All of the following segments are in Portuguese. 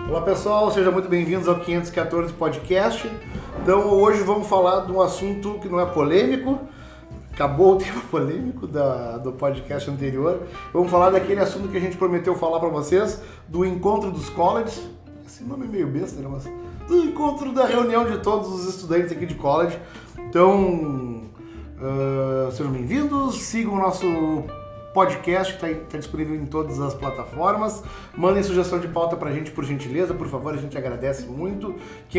Olá pessoal, sejam muito bem-vindos ao 514 Podcast. Então hoje vamos falar de um assunto que não é polêmico, acabou o tema polêmico do podcast anterior. Vamos falar daquele assunto que a gente prometeu falar para vocês, do encontro dos colleges. Esse nome é meio besta, né? Mas do encontro da reunião de todos os estudantes aqui de college. Então, sejam bem-vindos, sigam o nosso podcast que está disponível em todas as plataformas. Mandem sugestão de pauta pra gente, por gentileza, por favor, a gente agradece muito.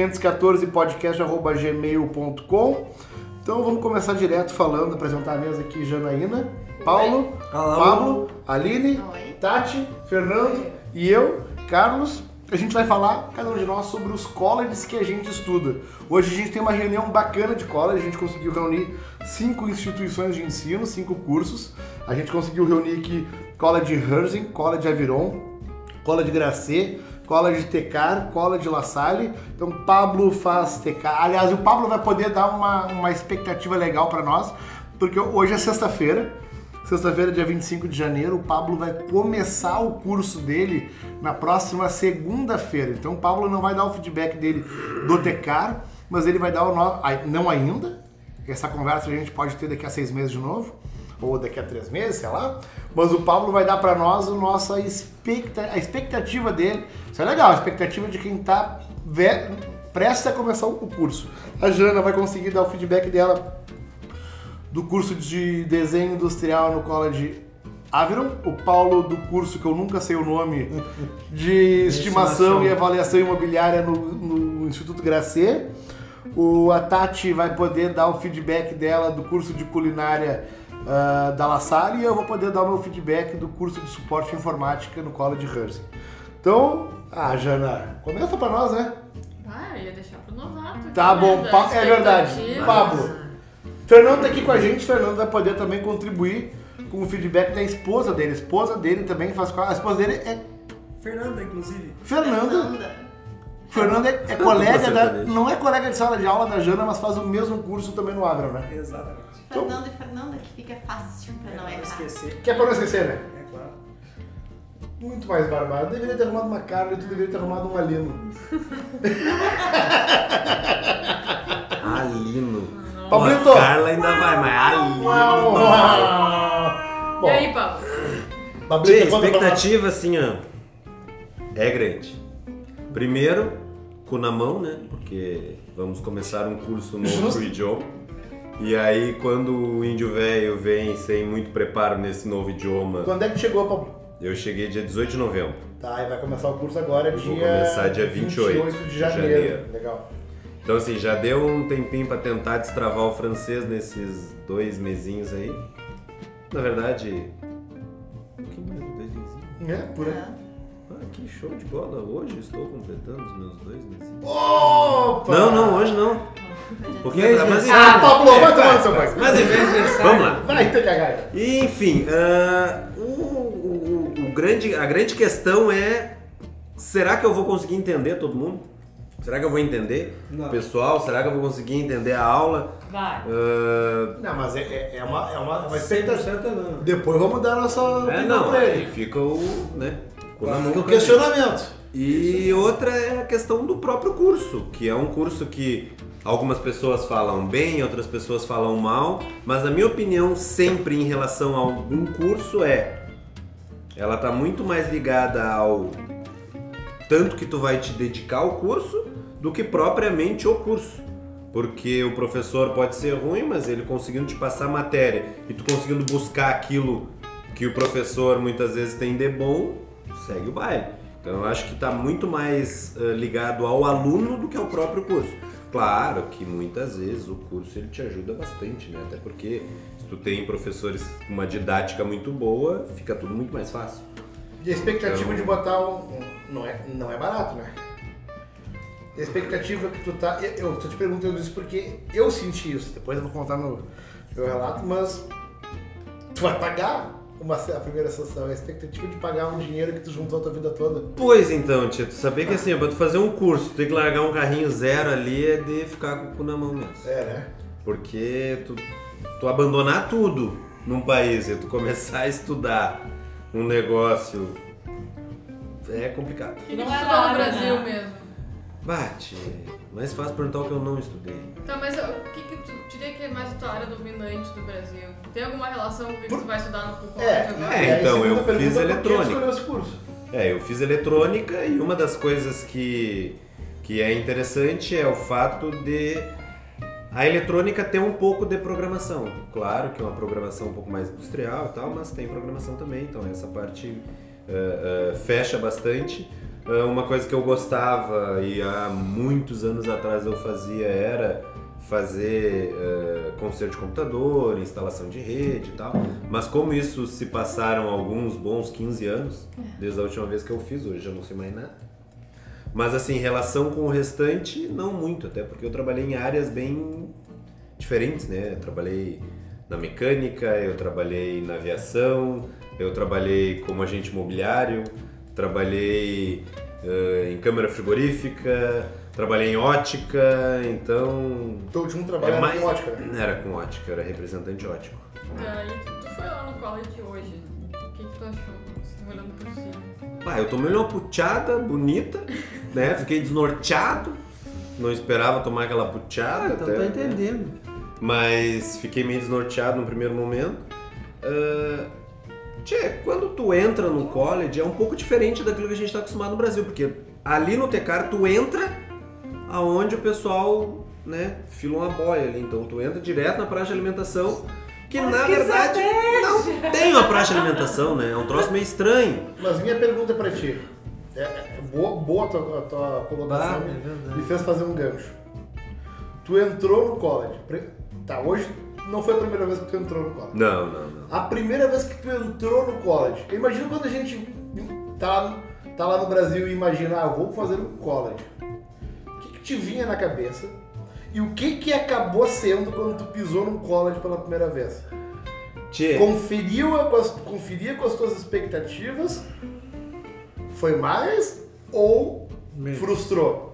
514podcast@gmail.com. Então vamos começar direto falando, apresentar a mesa aqui, Janaína, Paulo, Pablo, Aline, Oi. Tati, Fernando e eu, Carlos. A gente vai falar, cada um de nós, sobre os colleges que a gente estuda. Hoje a gente tem uma reunião bacana de college, a gente conseguiu reunir 5 instituições de ensino, 5 cursos. A gente conseguiu reunir aqui College Herzing, College Aviron, College Grasset, College Tecar, College La Salle. Então Pablo faz Tecar. Aliás, o Pablo vai poder dar uma expectativa legal para nós, porque hoje é sexta-feira. Sexta-feira, dia 25 de janeiro, o Pablo vai começar o curso dele na próxima segunda-feira. Então o Pablo não vai dar o feedback dele do Tecar, mas ele vai dar o nosso... Não ainda. Essa conversa a gente pode ter daqui a 6 meses de novo, ou daqui a 3 meses, sei lá. Mas o Pablo vai dar para nós a expectativa dele. Isso é legal, a expectativa de quem está prestes a começar o curso. A Jana vai conseguir dar o feedback dela do curso de desenho industrial no College Aviron, o Paulo do curso que eu nunca sei o nome, de estimação e avaliação imobiliária no Instituto Grasset. A Tati vai poder dar o feedback dela do curso de culinária da La Salle, e eu vou poder dar o meu feedback do curso de suporte informática no College Herzing. Então, Jana, começa pra nós, né? Eu ia deixar pro novato. Tá bom, é verdade. Pablo. Fernando tá aqui com a gente, Fernando vai poder também contribuir com o feedback da esposa dele. A esposa dele também faz... A esposa dele é... Fernanda, inclusive. Fernanda é colega da... Não é colega de sala de aula da Jana, mas faz o mesmo curso também no Aviron, né? Exatamente. Fernando e Fernanda, que fica fácil pra não errar. Esquecer. Que é pra não esquecer, né? É claro. Muito mais barbado. Eu deveria ter arrumado uma Carla e tu deveria ter arrumado um Alino. Alino. Pablito! Pô, Carla ainda vai, mas Alino. Bom, E aí, Pablo? Pablito, A expectativa, assim, ó, é grande. Primeiro, cu na mão, né? Porque vamos começar um curso novo pro idioma. E aí, quando o índio velho vem sem muito preparo nesse novo idioma... Quando é que chegou, Pablo? Eu cheguei dia 18 de novembro. Tá, e vai começar o curso agora, Vou começar dia 28 de janeiro. Legal. Então, assim, já deu um tempinho pra tentar destravar o francês nesses 2 mesinhos aí. Na verdade, um pouquinho mais de 2 mesinhos. É, por aí. Que show de bola. Hoje estou completando os meus 2 mesinhos. Opa! Não, hoje não. Porque mas Pablo, vai tomar no seu pai. Mas enfim, vamos lá. Vai ter que agarrar. Enfim, a grande questão é: será que eu vou conseguir entender todo mundo? Será que eu vou entender o pessoal? Será que eu vou conseguir entender a aula? Vai. Não, mas é uma expectativa. 100% não. Depois vamos dar a nossa opinião pra aí ele. fica o questionamento. E outra é a questão do próprio curso, que é um curso que algumas pessoas falam bem, outras pessoas falam mal, mas a minha opinião sempre em relação a algum curso ela tá muito mais ligada ao tanto que tu vai te dedicar ao curso do que propriamente o curso. Porque o professor pode ser ruim, mas ele conseguindo te passar matéria e tu conseguindo buscar aquilo que o professor muitas vezes tem de bom, segue o baile. Então eu acho que está muito mais ligado ao aluno do que ao próprio curso. Claro que muitas vezes o curso ele te ajuda bastante, né? Até porque se tu tem professores com uma didática muito boa, fica tudo muito mais fácil. E a expectativa de botar não é barato, né? A expectativa que tu tá... Eu tô te perguntando isso porque eu senti isso. Depois eu vou contar no meu relato, mas tu vai pagar a primeira sessão, a expectativa de pagar um dinheiro que tu juntou a tua vida toda. Pois então, tia, tu sabia que assim, pra tu fazer um curso, tu tem que largar um carrinho zero ali, é de ficar com o cu na mão mesmo. É, né? Porque tu abandonar tudo num país e tu começar a estudar um negócio é complicado. E não Não é estudou no nada, Brasil né? mesmo. Bate, mais fácil perguntar o que eu não estudei. Então, mas o que tu diria que é mais a tua área dominante do Brasil? Tem alguma relação com o que tu vai estudar no colégio agora? É, então, eu segunda fiz pergunta, por que eletrônica. escolheu esse curso? Eu fiz eletrônica e uma das coisas que é interessante é o fato de a eletrônica ter um pouco de programação. Claro que é uma programação um pouco mais industrial e tal, mas tem programação também, então essa parte fecha bastante. Uma coisa que eu gostava e há muitos anos atrás eu fazia era fazer conserto de computador, instalação de rede e tal, mas como isso se passaram alguns bons 15 anos, desde a última vez que eu fiz, hoje eu não sei mais nada. Mas assim, em relação com o restante, não muito, até porque eu trabalhei em áreas bem diferentes, né? Eu trabalhei na mecânica, eu trabalhei na aviação, eu trabalhei como agente imobiliário, trabalhei em câmara frigorífica, trabalhei em ótica, então... Teu último trabalho era com ótica, né? Era com ótica, era representante ótico. Daí tu foi lá no college hoje. O que tu achou? Assim, olhando por cima. Eu tomei uma puteada bonita, né? Fiquei desnorteado, não esperava tomar aquela puteada. Então até, tá né? entendendo. Mas fiquei meio desnorteado no primeiro momento. Quando tu entra no college é um pouco diferente daquilo que a gente está acostumado no Brasil, porque ali no Tecar tu entra aonde o pessoal, né, fila uma boia ali, então tu entra direto na praça de alimentação, que na verdade não tem uma praça de alimentação, né, é um troço meio estranho. Mas minha pergunta pra ti, boa a tua colocação, me fez fazer um gancho. Tu entrou no college, hoje não foi a primeira vez que tu entrou no college. Não. A primeira vez que tu entrou no college, imagina quando a gente tá lá no Brasil e imagina, vou fazer um college. O que te vinha na cabeça? E o que acabou sendo quando tu pisou num college pela primeira vez? Conferia com as tuas expectativas? Foi mais? Ou frustrou?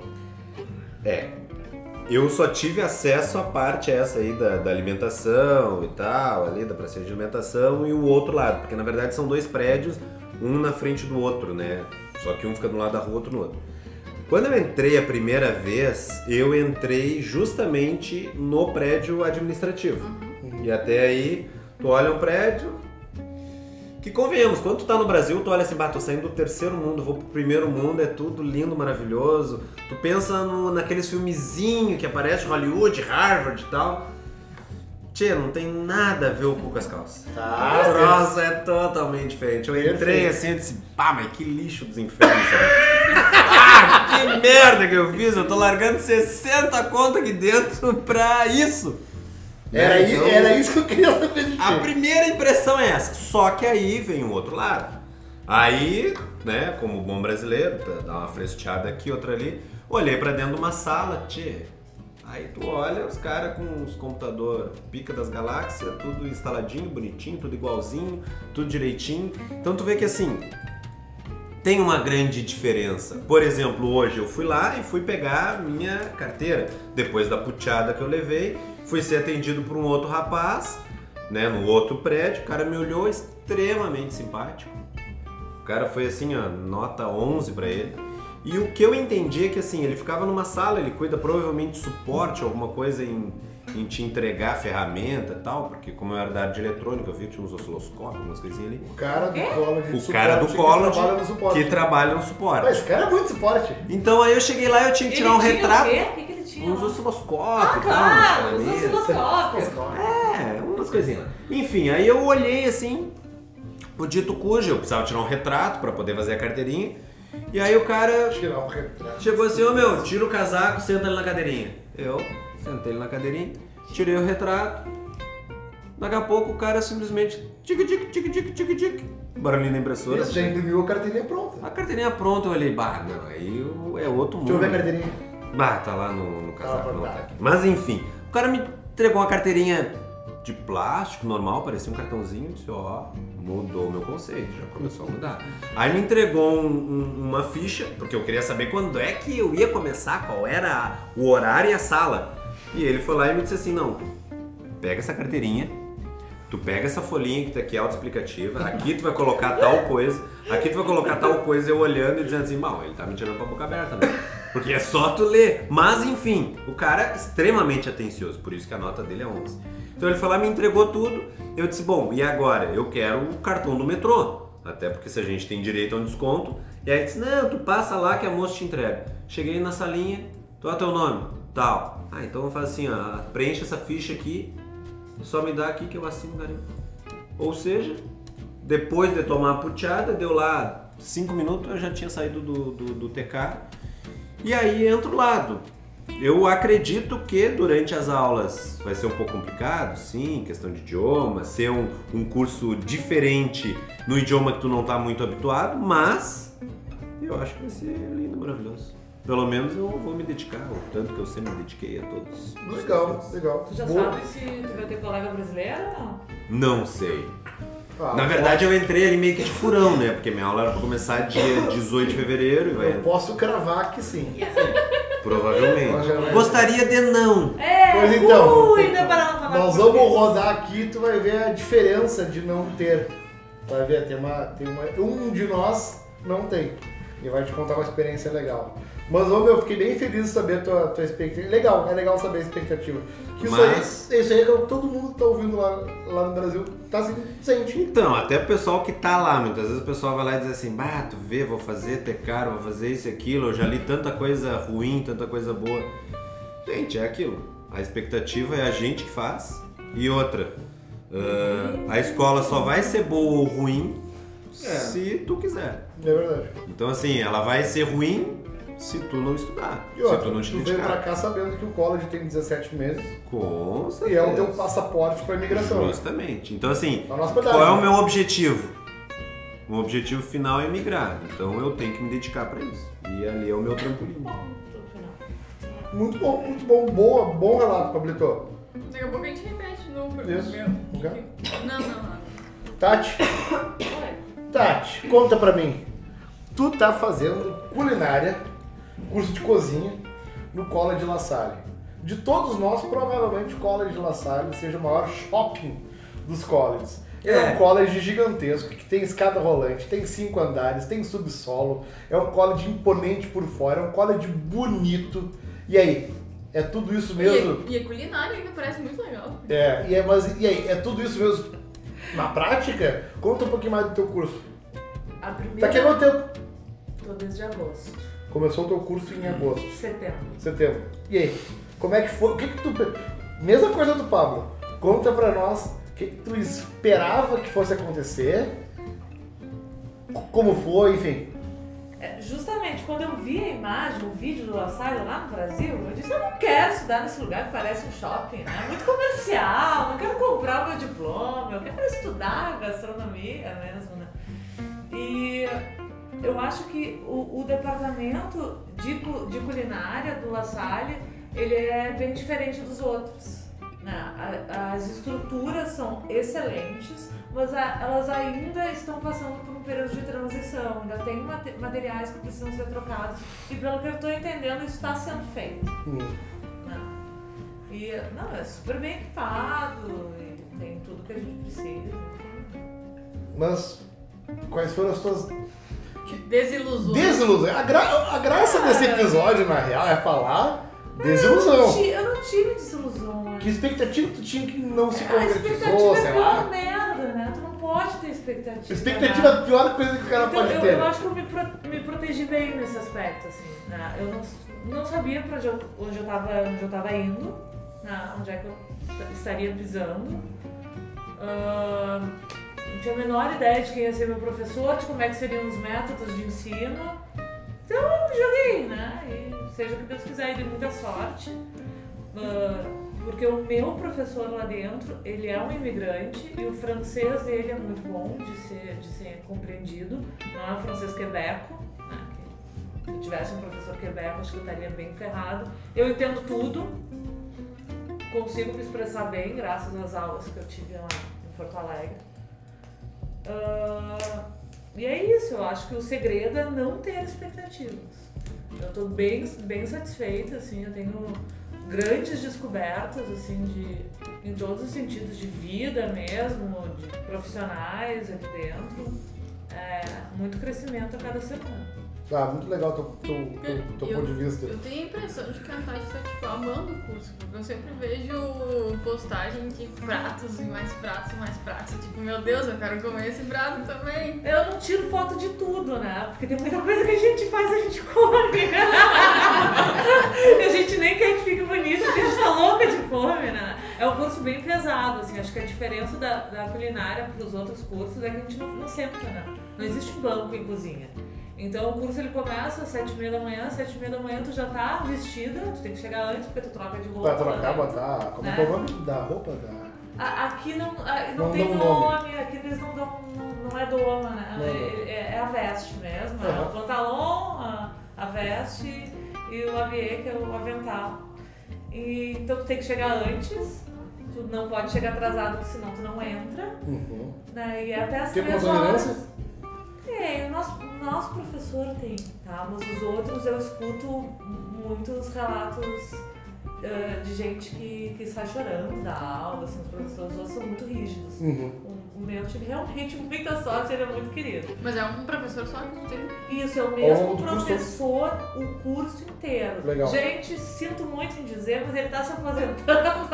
Eu só tive acesso à parte essa aí da alimentação e tal, ali da praça de alimentação e o outro lado, porque na verdade são dois prédios, um na frente do outro, né? Só que um fica de um lado da rua, outro no outro. Quando eu entrei a primeira vez, eu entrei justamente no prédio administrativo. E até aí, tu olha um prédio, que convenhamos, quando tu tá no Brasil, tu olha assim, tô saindo do terceiro mundo, vou pro primeiro mundo, é tudo lindo, maravilhoso. Tu pensa naqueles filmezinhos que aparece em Hollywood, Harvard e tal. Não tem nada a ver o cu com as calças. O troço é totalmente diferente. Eu entrei assim e disse, mas que lixo dos infernos. Que merda que eu fiz, eu tô largando 60 conto aqui dentro pra isso. Era isso que eu queria saber de ti. A primeira impressão é essa, só que aí vem o outro lado. Aí, né, como bom brasileiro, pra dar uma fresqueada aqui, outra ali, olhei pra dentro de uma sala, aí tu olha os caras com os computadores pica das galáxias, tudo instaladinho, bonitinho, tudo igualzinho, tudo direitinho. Então tu vê que assim, tem uma grande diferença. Por exemplo, hoje eu fui lá e fui pegar minha carteira, depois da puteada que eu levei, fui ser atendido por um outro rapaz, né, no outro prédio, o cara me olhou extremamente simpático. O cara foi assim, nota 11 pra ele. E o que eu entendi é que assim, ele ficava numa sala, ele cuida provavelmente de suporte, alguma coisa em te entregar ferramenta e tal, porque como eu era da área de eletrônica, eu vi que tinha uns osciloscópios, umas coisinhas ali. O cara do college que trabalha no suporte. Mas esse cara é muito suporte. Então aí eu cheguei lá e eu tinha que tirar um retrato. O quê? O que ele tinha? Uns osciloscópios. Claro, os osciloscópios. Umas coisinhas lá. Enfim, aí eu olhei assim, o dito cujo, eu precisava tirar um retrato pra poder fazer a carteirinha. E aí o cara chegou assim, tira o casaco, senta ali na cadeirinha. Eu sentei ele na cadeirinha, tirei o retrato. Daqui a pouco o cara simplesmente tic, barulhinho da impressora. Você já imprimiu a carteirinha pronta. A carteirinha pronta, eu olhei, não, aí é outro mundo. Deixa eu ver a carteirinha. Tá lá no casaco, não tá aqui. Mas enfim, o cara me entregou uma carteirinha de plástico normal, parecia um cartãozinho, disse, mudou o meu conceito, já começou a mudar. Aí me entregou uma ficha, porque eu queria saber quando é que eu ia começar, qual era o horário e a sala. E ele foi lá e me disse assim, não, pega essa carteirinha, Tu pega essa folhinha que tá aqui autoexplicativa, aqui tu vai colocar tal coisa, aqui tu vai colocar tal coisa, eu olhando e dizendo assim, bom, ele tá me tirando pra boca aberta, né? Porque é só tu ler. Mas enfim, o cara é extremamente atencioso, por isso que a nota dele é 11. Então ele foi lá, me entregou tudo, eu disse, bom, e agora? Eu quero o cartão do metrô, até porque se a gente tem direito a um desconto. E aí ele disse, não, tu passa lá que a moça te entrega. Cheguei na salinha, qual é o teu nome? Tal. Ah, então vamos fazer assim, ó, preenche essa ficha aqui, só me dá aqui que eu assino o garimpo. Ou seja, depois de tomar a puteada, deu lá 5 minutos, eu já tinha saído do TK. E aí entra o lado. Eu acredito que durante as aulas vai ser um pouco complicado, sim, questão de idioma, ser um curso diferente no idioma que tu não tá muito habituado, mas eu acho que vai ser lindo, maravilhoso. Pelo menos eu vou me dedicar, o tanto que eu sempre me dediquei a todos. Legal, legal. Tu já sabe se tu vai ter colega brasileiro ou não? Não sei. Na verdade eu entrei ali meio que de furão, né? Porque minha aula era pra começar dia 18 de fevereiro e vai... Eu posso cravar que sim. Provavelmente. Gostaria de não. Pois então, Cuida para não falar nós português. vamos rodar aqui e tu vai ver a diferença de não ter. Vai ver, um de nós não tem. E vai te contar uma experiência legal. Mas, eu fiquei bem feliz de saber a tua expectativa. É legal saber a expectativa. Que isso aí é que todo mundo que tá ouvindo lá no Brasil tá assim, sente. Então, até o pessoal que tá lá, muitas vezes o pessoal vai lá e diz assim, tu vê, vou fazer TK, vou fazer isso e aquilo, eu já li tanta coisa ruim, tanta coisa boa. Gente, é aquilo. A expectativa é a gente que faz. E outra, a escola só vai ser boa ou ruim se tu quiser. É verdade. Então assim, ela vai ser ruim se tu não estudar, E outra, se tu não te tu dedicar. veio pra cá sabendo que o college tem 17 meses Com certeza. e é o teu passaporte pra imigração. Justamente. Então assim, A nossa qual verdade, é o né? meu objetivo? O objetivo final é migrar, então eu tenho que me dedicar pra isso. E ali é o meu trampolim. Muito bom. Bom relato, Pablito. Daqui a pouco a gente repete de novo. Isso. Ok. Não. Tati, conta pra mim. Tu tá fazendo culinária, curso de cozinha, no College La Salle. De todos nós, provavelmente o College La Salle seja o maior shopping dos colleges. É um college gigantesco, que tem escada rolante, tem 5 andares, tem subsolo, é um college imponente por fora, é um college bonito. E aí, é tudo isso mesmo? E a culinária ainda parece muito legal. Mas e aí, é tudo isso mesmo na prática? Conta um pouquinho mais do teu curso. A primeira... Tá aqui quanto tempo? Tô desde agosto. Começou o teu curso em agosto. Setembro. E aí, como é que foi? O que tu... Mesma coisa do Pablo. Conta pra nós o que tu esperava que fosse acontecer, como foi, enfim. Justamente quando eu vi a imagem, o vídeo do La Salle lá no Brasil, eu disse, eu não quero estudar nesse lugar que parece um shopping, né? É muito comercial, não quero comprar o meu diploma, eu quero estudar gastronomia mesmo, né? E eu acho que o departamento de culinária do La Salle, ele é bem diferente dos outros, né? As estruturas são excelentes, mas elas ainda estão passando por um período de transição, ainda tem materiais que precisam ser trocados e pelo que eu estou entendendo isso está sendo feito. Né? E é super bem equipado, e tem tudo que a gente precisa. Mas quais foram as tuas Desilusões. A graça desse episódio, na real, é falar desilusão. Eu não tive desilusões. Que expectativa tu tinha que não se A concretizou, expectativa sei é lá? pior merda, né? Tu não pode ter expectativa. Expectativa é a pior coisa que o cara Então, pode ter. eu acho que eu me protegi bem nesse aspecto, assim, né? Eu não sabia pra onde eu tava indo, né? Onde é que eu estaria pisando. Não tinha a menor ideia de quem ia ser meu professor, de como é que seriam os métodos de ensino. Então eu me joguei, né? E seja o que Deus quiser, e dei muita sorte. Porque o meu professor lá dentro, ele é um imigrante e o francês dele é muito bom de ser compreendido. Não é um francês quebeco, né? Se eu tivesse um professor quebeco, acho que eu estaria bem ferrado. Eu entendo tudo, consigo me expressar bem, graças às aulas que eu tive lá em Porto Alegre. E é isso, eu acho que o segredo é não ter expectativas. Eu tô bem satisfeita, assim, eu tenho grandes descobertas, assim, em todos os sentidos, de vida mesmo, de profissionais aqui dentro. Muito crescimento a cada semana. Muito legal teu ponto de vista. Eu tenho a impressão de que a Tati tá, tipo, amando o curso, porque eu sempre vejo postagem de pratos e mais pratos e mais pratos. Tipo, meu Deus, eu quero comer esse prato também. Eu não tiro foto de tudo, né? Porque tem muita coisa que a gente faz e a gente come. E a gente nem quer que fique bonito, porque a gente tá louca de fome, né? É um curso bem pesado, assim. Acho que a diferença da culinária pros outros cursos é que a gente não senta, né? Não existe banco em cozinha. Então o curso ele começa às 7h30 da manhã, 7h30 da manhã tu já tá vestida, tu tem que chegar antes porque tu troca de roupa. Pra trocar, botar. Como é que é o nome da roupa? Aqui não tem nome, aqui eles não dão, não é doma, né? É a veste mesmo, é o pantalão, a veste e o aviê, que é o avental. Então tu tem que chegar antes, tu não pode chegar atrasado, porque senão tu não entra. Né? E até as 3 horas. O nosso professor tem, tá? Mas os outros eu escuto muitos relatos de gente que sai chorando da aula, assim, os professores outros são muito rígidos. O meu tive realmente muita sorte, ele é muito querido. Mas é um professor só que tem? Isso, é o mesmo professor o curso inteiro. Legal. Gente, sinto muito em dizer, mas ele tá se aposentando.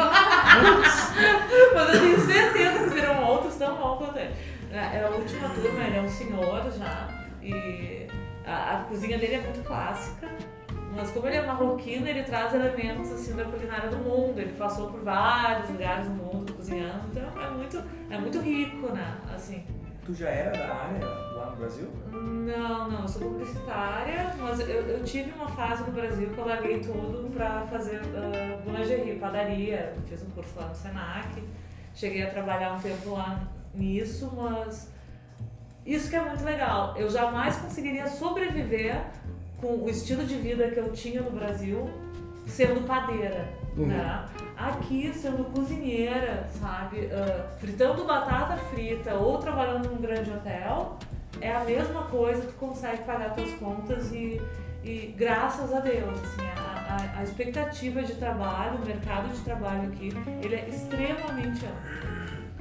Mas eu tenho certeza que virão outros tão bom quanto ele. É a última turma, ele é um senhor já, e a cozinha dele é muito clássica, mas como ele é marroquino, ele traz elementos assim da culinária do mundo, ele passou por vários lugares do mundo cozinhando, então é muito rico, né, assim. Tu já era da área lá no Brasil? Não, eu sou publicitária, mas eu tive uma fase no Brasil que eu larguei tudo pra fazer boulangerie, padaria, fiz um curso lá no Senac, cheguei a trabalhar um tempo lá nisso, mas isso que é muito legal. Eu jamais conseguiria sobreviver com o estilo de vida que eu tinha no Brasil sendo padeira, né? Aqui, sendo cozinheira, sabe? Fritando batata frita ou trabalhando num grande hotel, é a mesma coisa, tu consegue pagar tuas contas e graças a Deus, assim, a expectativa de trabalho, o mercado de trabalho aqui, ele é extremamente amplo.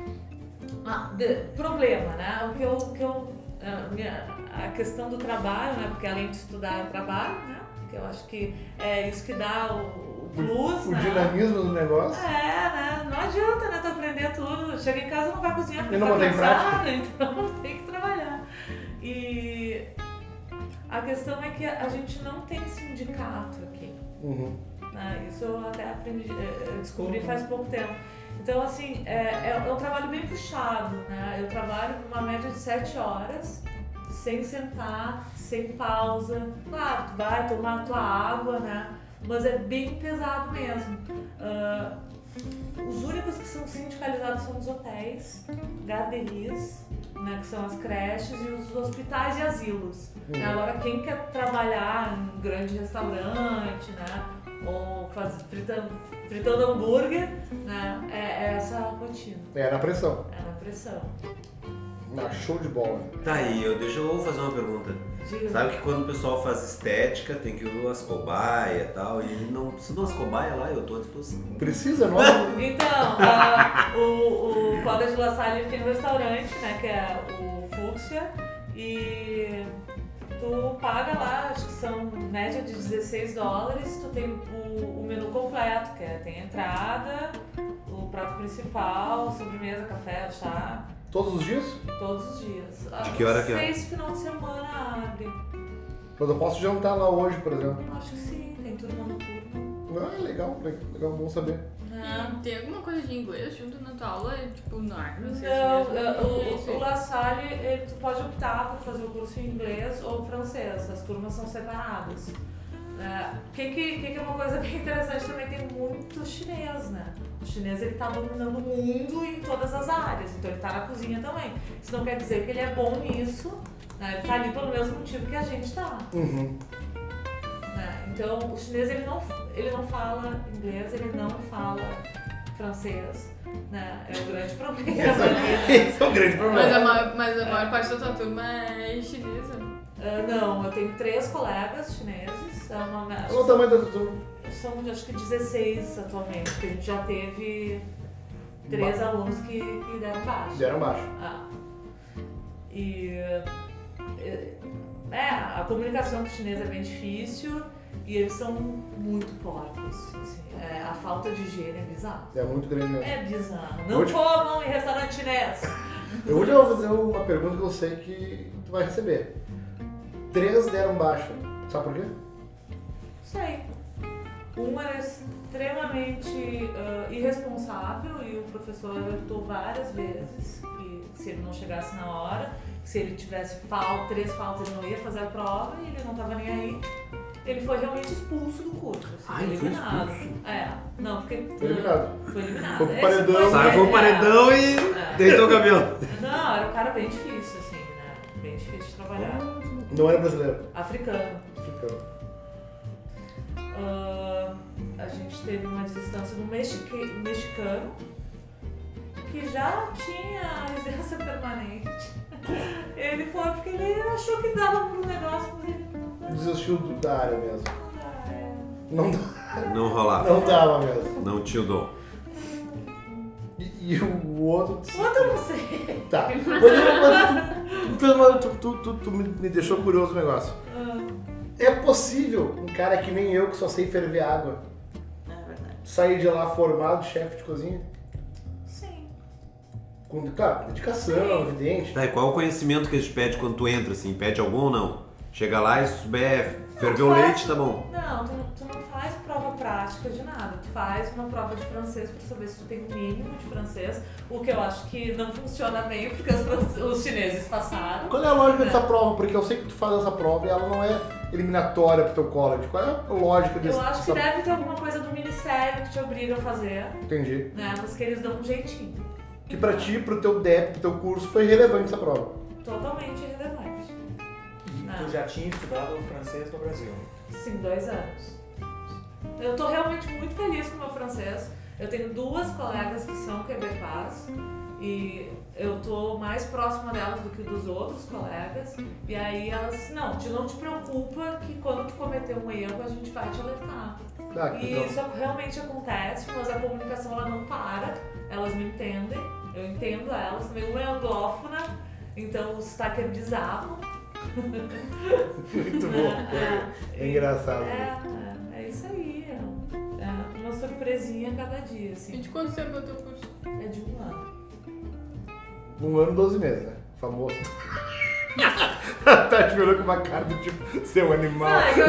Problema, né? A questão do trabalho, né? Porque além de estudar é trabalho, né? Porque eu acho que é isso que dá o plus, o dinamismo do negócio. Né? Não adianta, né? Tu aprender tudo. Chega em casa não vai cozinhar porque tá cansado, então tem que trabalhar. E a questão é que a gente não tem sindicato aqui. Né? Isso eu até aprendi, descobri faz pouco tempo. Então, assim, é um trabalho bem puxado, né? Eu trabalho numa média de 7 horas, sem sentar, sem pausa. Claro, tu vai tomar tua água, né? Mas é bem pesado mesmo. Os únicos que são sindicalizados são os hotéis, garderies, né? Que são as creches, e os hospitais e asilos. Agora, quem quer trabalhar em um grande restaurante, né? Ou fritando hambúrguer, né? É essa rotina. É na pressão. Show de bola. Tá aí, deixa eu fazer uma pergunta. Diga. Sabe que quando o pessoal faz estética, tem que ir umas cobaias e tal, e não precisa de umas cobaias lá, eu tô à disposição. Precisa, não? Então, o College La Salle tem um restaurante, né, que é o Fúcsia, e tu paga lá, acho que são média de $16, tu tem o menu completo, que tem a entrada, o prato principal, sobremesa, café, chá. Todos os dias? Todos os dias. De que hora que é? 6 final de semana abre. Mas eu posso jantar lá hoje, por exemplo? Acho que sim, tem turma noturna. Legal, bom saber. Tem alguma coisa de inglês junto na tua aula? Tipo, Não, o La Salle, tu pode optar por fazer o curso em inglês ou francês, as turmas são separadas. Que é uma coisa bem interessante também, tem muito chinês, né? O chinês ele tá dominando o mundo em todas as áreas, então ele tá na cozinha também. Isso não quer dizer que ele é bom nisso, né? Ele tá ali pelo mesmo motivo que a gente tá. Né? Então o chinês ele não fala inglês, ele não fala francês. né? É o grande problema. Esse é o grande problema. Mas a maior parte da tua turma é chinesa. Não, eu tenho 3 colegas chineses. Qual o tamanho da tua turma? São acho que 16 atualmente, porque a gente já teve 3 alunos que deram baixo. Deram baixo. E a comunicação com o chinês é bem difícil e eles são muito porcos. Assim, a falta de higiene é bizarro. É muito grande mesmo. É bizarro. Não comam em restaurante chinês. Eu hoje vou fazer uma pergunta que eu sei que tu vai receber. 3 deram baixo. Sabe por quê? Sei. Um era extremamente irresponsável e o professor alertou várias vezes que se ele não chegasse na hora, que se ele tivesse 3 faltas ele não ia fazer a prova e ele não estava nem aí. Ele foi realmente expulso do curso. Assim, Ele foi eliminado. expulso? Não, porque... Foi eliminado. Foi eliminado. Foi pro paredão. Saiu pro paredão e deitou o cabelo. Não, era um cara bem difícil, assim, né? Bem difícil de trabalhar. Não era brasileiro. Africano. Africano. A gente teve uma desistência do mexicano que já tinha residência permanente. Ele foi porque ele achou que dava pro negócio, mas ele não Desistiu da área mesmo. Não rolava. Não dava mesmo. Não tinha o dom. E o outro... O outro eu não sei. Tá. Tu me deixou curioso o negócio. É possível um cara que nem eu, que só sei ferver água, É verdade. sair de lá formado chefe de cozinha? Sim. Com, claro, dedicação, evidente. Tá, e qual é o conhecimento que eles te pedem quando tu entra, assim? Pede algum ou não? Chega lá e se souber ferver o leite, tá bom. Não, tu não faz prova prática de nada. Tu faz uma prova de francês pra saber se tu tem o mínimo de francês. O que eu acho que não funciona bem, porque os chineses passaram. Qual é a lógica dessa prova? Porque eu sei que tu faz essa prova e ela não é eliminatória pro teu college. Qual é a lógica dessa Eu acho que deve ter alguma coisa do ministério que te obriga a fazer, Entendi. né? Mas que eles dão um jeitinho. Que pra ti, pro teu DEP, pro teu curso, foi relevante essa prova. Totalmente irrelevante. Tu já tinha estudado francês no Brasil? Sim, 2 anos. Eu tô realmente muito feliz com o meu francês. Eu tenho 2 colegas que são quebecois e eu tô mais próxima delas do que dos outros colegas. E aí elas, não te preocupa que quando tu cometer um erro a gente vai te alertar. Que E legal. isso realmente acontece, mas a comunicação ela não para, elas me entendem, eu entendo elas, também uma é anglófona, então o sotaque é bizarro. Muito bom. É engraçado. É isso aí, é uma surpresinha a cada dia, E assim. de quanto tempo é o teu curso? É de 1 ano. 1 ano e 12 meses, né? Famoso. Tá te olhando com uma cara do tipo, seu animal. Não, é que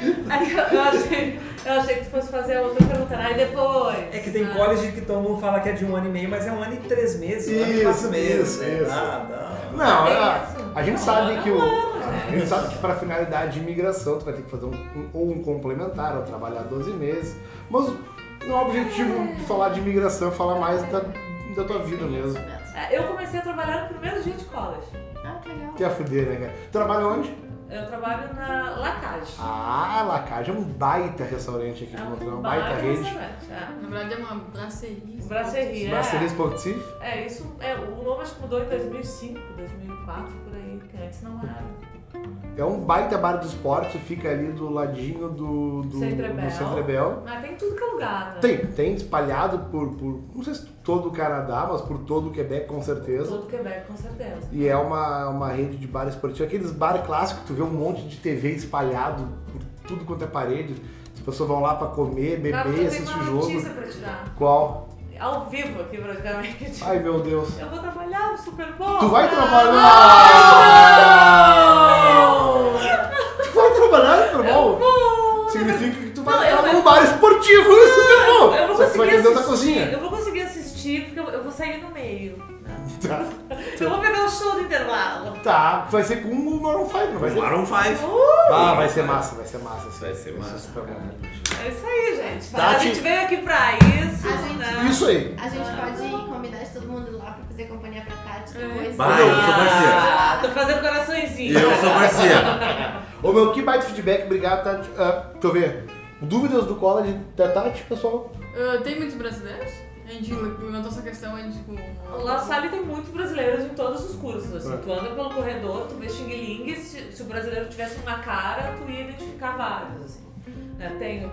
eu achei que tu fosse fazer a outra pergunta, aí depois. É que tem college que todo mundo fala que é de 1 ano e meio, mas é 1 ano e 3 meses, 1 ano e 4 meses. Isso, né? isso. Não. A gente sabe que gente. a gente sabe que para finalidade de imigração tu vai ter que fazer um complementar ou trabalhar 12 meses. Mas não é o objetivo de falar de imigração, é falar mais da tua vida mesmo. Eu comecei a trabalhar no primeiro dia de college. Que legal. Que é a fuder, né, cara? Trabalha onde? Eu trabalho na Lacage. Lacage é um baita restaurante aqui de Montreal, uma baita rede. restaurante, Na verdade é uma brasserie. Brasserie, Brasserie Sportif. Isso, o nome acho que mudou em 2005, 2004, por aí, que antes não era. É um baita bar de esporte, fica ali do ladinho do Centrebel. Mas tem tudo que é lugar, né? Tem espalhado por, não sei se todo o Canadá, mas por todo o Quebec com certeza. Todo Quebec, com certeza. E é uma rede de bar esportivo. Aqueles bar clássicos, tu vê um monte de TV espalhado por tudo quanto é parede. As pessoas vão lá pra comer, beber, assistir uma jogo. notícia pra te dar. Qual? Ao vivo aqui, praticamente. Ai, meu Deus. Eu vou trabalhar no Super Bowl. Tu vai trabalhar? Tu vai trabalhar no Super Bowl? Significa que tu vai estar num bar esportivo no Super Bowl. Eu vou Só que tu vai conseguir ter dentro da assistir. cozinha. Eu vou conseguir assistir porque eu vou sair no meio. Tá. Eu vou pegar o show do intervalo. Tá, vai ser com o Maroon 5, não vai ser? Maroon 5. Vai ser massa. Vai ser massa. Super bom. É isso aí, gente. Tati. A gente veio aqui pra isso. A gente- né? Isso aí. A gente pode combinar de todo mundo ir lá pra fazer companhia pra Tati depois. Vai, eu sou parceiro. Tô fazendo coraçõezinho. Eu sou parceiro. Ô meu, que baita feedback, obrigado, Tati. Deixa eu ver. Dúvidas do college da Tati, pessoal? Tem muitos brasileiros? A gente levantou essa questão aí, tipo... O La Salle tem muitos brasileiros em todos os cursos, assim. Tu anda pelo corredor, tu vê xing-ling, se o brasileiro tivesse uma cara, tu ia identificar vários, assim. Tenho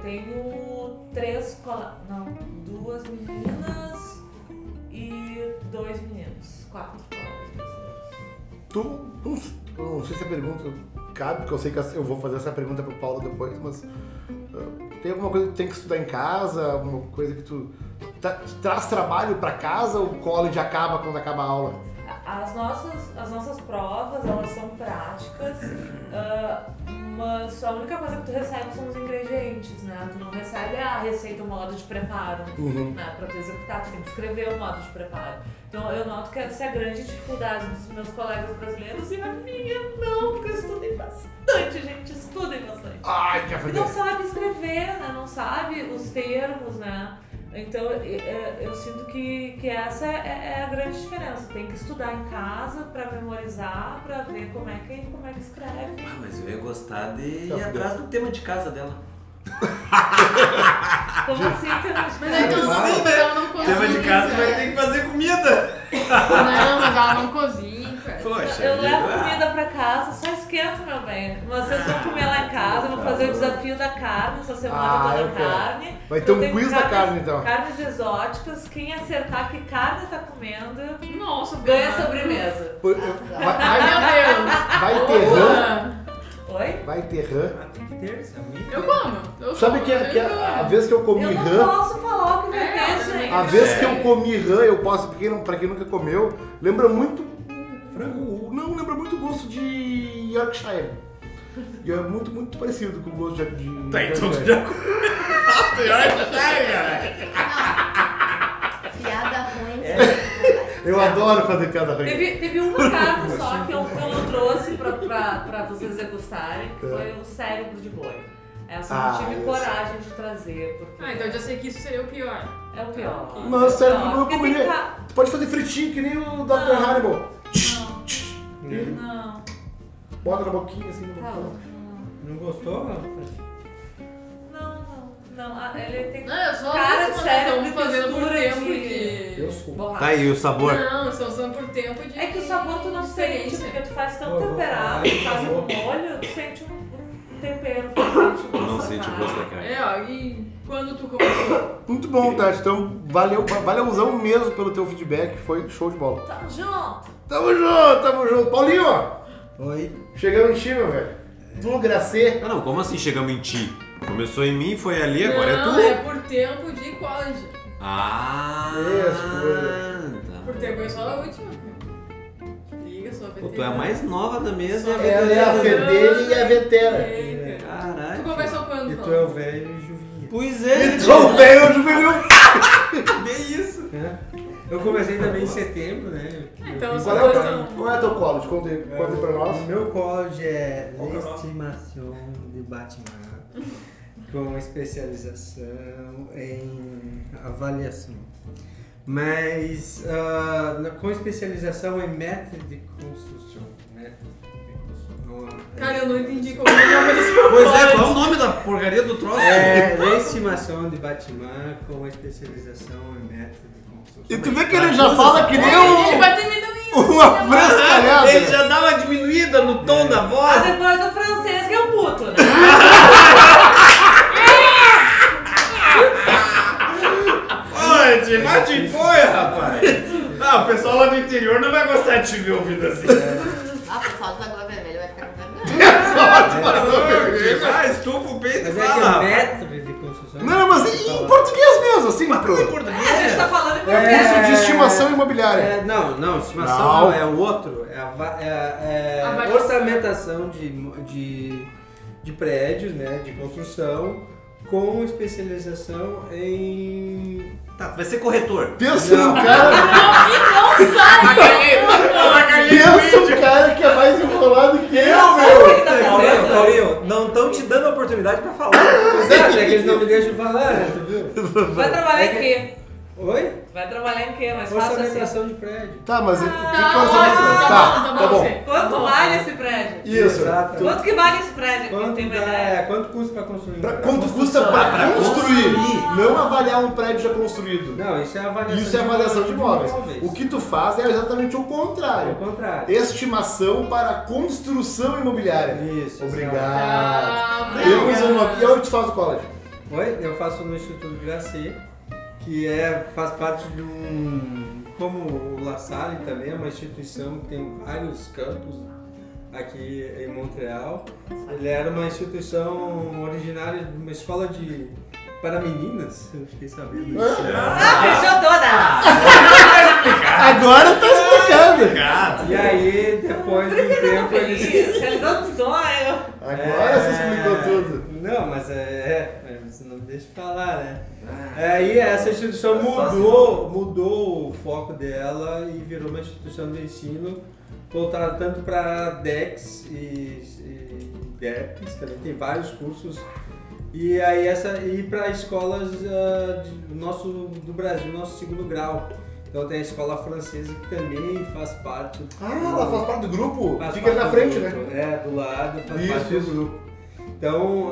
2 meninas e 2 meninos. 4 colegas brasileiros. Não sei se a pergunta cabe, porque eu sei que eu vou fazer essa pergunta pro Paulo depois, mas tem alguma coisa que tu tem que estudar em casa, alguma coisa que tu traz trabalho pra casa ou o college acaba quando acaba a aula? As nossas provas, elas são práticas, mas a única coisa que tu recebe são os ingredientes, né? Tu não recebe a receita, o modo de preparo, né? Pra tu executar, tu tem que escrever o modo de preparo. Então eu noto que essa é a grande dificuldade dos meus colegas brasileiros e a minha não, porque eu estudei bastante, gente, estudem bastante. Ai, que E afrodite. não sabe escrever, né? Não sabe os termos, né? Então eu sinto que essa é a grande diferença. Tem que estudar em casa pra memorizar, pra ver como é que escreve. Ah, mas eu ia gostar de ir atrás do tema de casa dela. Como assim, tema de Mas aí tu casa? ela não cozinha. Tema de casa vai ter que fazer comida. Não, mas ela não cozinha, cara. Poxa, Eu levo vida. comida pra casa, só esquento, meu bem. Vocês vão comer lá em casa, vou fazer o desafio da carne, essa semana eu toda quero. carne. Vai ter Eu um tenho quiz da carne, então. Carnes exóticas, quem acertar que carne tá comendo, Nossa, ganha Fernanda. sobremesa. Vai ter rã? Oi? Vai ter rã? Ah, tem que ter, sabe? Eu como. Eu Sabe como, que eu a vez que eu comi Eu não rã, posso falar o que vai É, ter, eu gente. também. a vez que eu comi rã, eu posso, pra quem nunca comeu, lembra muito lembra muito o gosto de Yorkshire. E é muito, muito parecido com o gosto de Tá, então tu Yorkshire. já Piada ruim. Eu adoro fazer piada ruim. Teve uma carne só que eu não trouxe pra vocês degustarem, que foi o cérebro de boi. Essa eu não tive isso. coragem de trazer, porque Ah, então eu já sei que isso seria o pior. é o pior. Mas sério, eu Porque tem comeria. Tu pode fazer fritinho que nem o Dr. Hannibal. Não, Bota na boquinha assim. tá louco. Não gostou? Não, ele tem Não, eu sou cara de ótima, cérebro né? e Tão fazendo por textura tempo de Eu sou. borracha. Tá aí o sabor. Não, estão usando por tempo de... É que o sabor tu não sente, experiência. porque tu faz tão Eu vou temperado, falar, tu faz eu vou- um molho, tu sente um tempero, tu sente o gosto Não da sente o carne. gosto da carne. É, ó, e quando tu começou? Muito bom, Tati. Então, valeuzão mesmo pelo teu feedback. Foi show de bola. Tamo junto! Tamo junto, tamo junto. Paulinho, Oi. chegamos em ti, meu velho. Do Gracê. Ah, não, como assim chegamos em ti? Começou em mim, foi ali, agora é Não, tu. é por tempo de college. Ah, tá. Por tempo é só a última. Liga, só Pô, tu é a mais nova da mesa. Ela é a fedelha e a vetera. Caralho. Tu começou quando? E tu Paulo? é o velho e juvinha. Pois é. Então, velho, juvenil. Bem isso. É. Eu comecei também em setembro, né? Então, Eu fiz só Qual a é, gostam. qual é teu college? Conta aí pra nós. O meu college é Qual que é o nome? Estimação de Batman, com especialização em avaliação. Mas com especialização em método de construção. Cara, eu não entendi como é o nome desse Pois é, college. qual é o nome da porcaria do troço? É estimação de Batman com especialização em método de construção. E tu vê que ele já fala que nem Ele vai ter medo isso. uma frescalhada. Ele já dá uma diminuída no tom da Ah, voz. depois do francês que é o puto, né? Pode, vai te foi, rapaz. Ah, o pessoal lá do interior não vai gostar de te ver ouvindo assim. Ah, o pessoal da Lagoa Vermelha vai ficar com vergonha. Ah, estufa o peito e Mas é que fala. é método de construção. Não, mas em português mesmo, assim, Mas tudo em pro português. A gente tá falando em curso português. de estimação imobiliária. Não, estimação Não. não, é o outro. É a Avaliação. orçamentação de prédios, né, de construção, com especialização em... Tá, vai ser corretor. Pensa Não. num cara. Pensa um cara que é mais enrolado que eu, meu. Paulinho, não estão te dando a oportunidade pra falar. Exato, é que eles não me deixam falar, tu viu? Vai trabalhar É que- aqui. Oi? Vai trabalhar em quê? Mas faça assim. Orçamentação de prédio. Tá, mas tem que tá orçamento. Tá bom. Quanto vale esse prédio? Isso. Exato. Quanto que vale esse prédio? Quanto, Tem uma ideia? quanto custa pra construir? Quanto custa pra construir? Não avaliar um prédio já construído. Não, isso é avaliação. Isso é avaliação de imóveis. O que tu faz é exatamente o É o contrário. contrário. Estimação para construção imobiliária. Isso. Obrigado. Ah, Temos uma. E onde tu faz o college? Oi, eu faço no Instituto Gracê, que faz parte de como o La Salle também é uma instituição que tem vários campos aqui em Montreal. Ele era uma instituição originária de uma escola para meninas, eu fiquei sabendo disso. Fechou toda! Agora tá explicando. E aí, depois de um tempo, eles... Realizando um sonho! Agora você explicou tudo. Não, mas você não me deixa falar, né? Aí essa instituição mudou o foco dela e virou uma instituição de ensino voltada tanto para DECs e DEPs, também tem vários cursos. E aí para escolas do Brasil, nosso segundo grau. Então tem a escola francesa que também faz parte. Ela faz parte do grupo? Faz Fica ali parte na frente, do né? grupo. Do lado, faz Isso, parte do isso. grupo. Então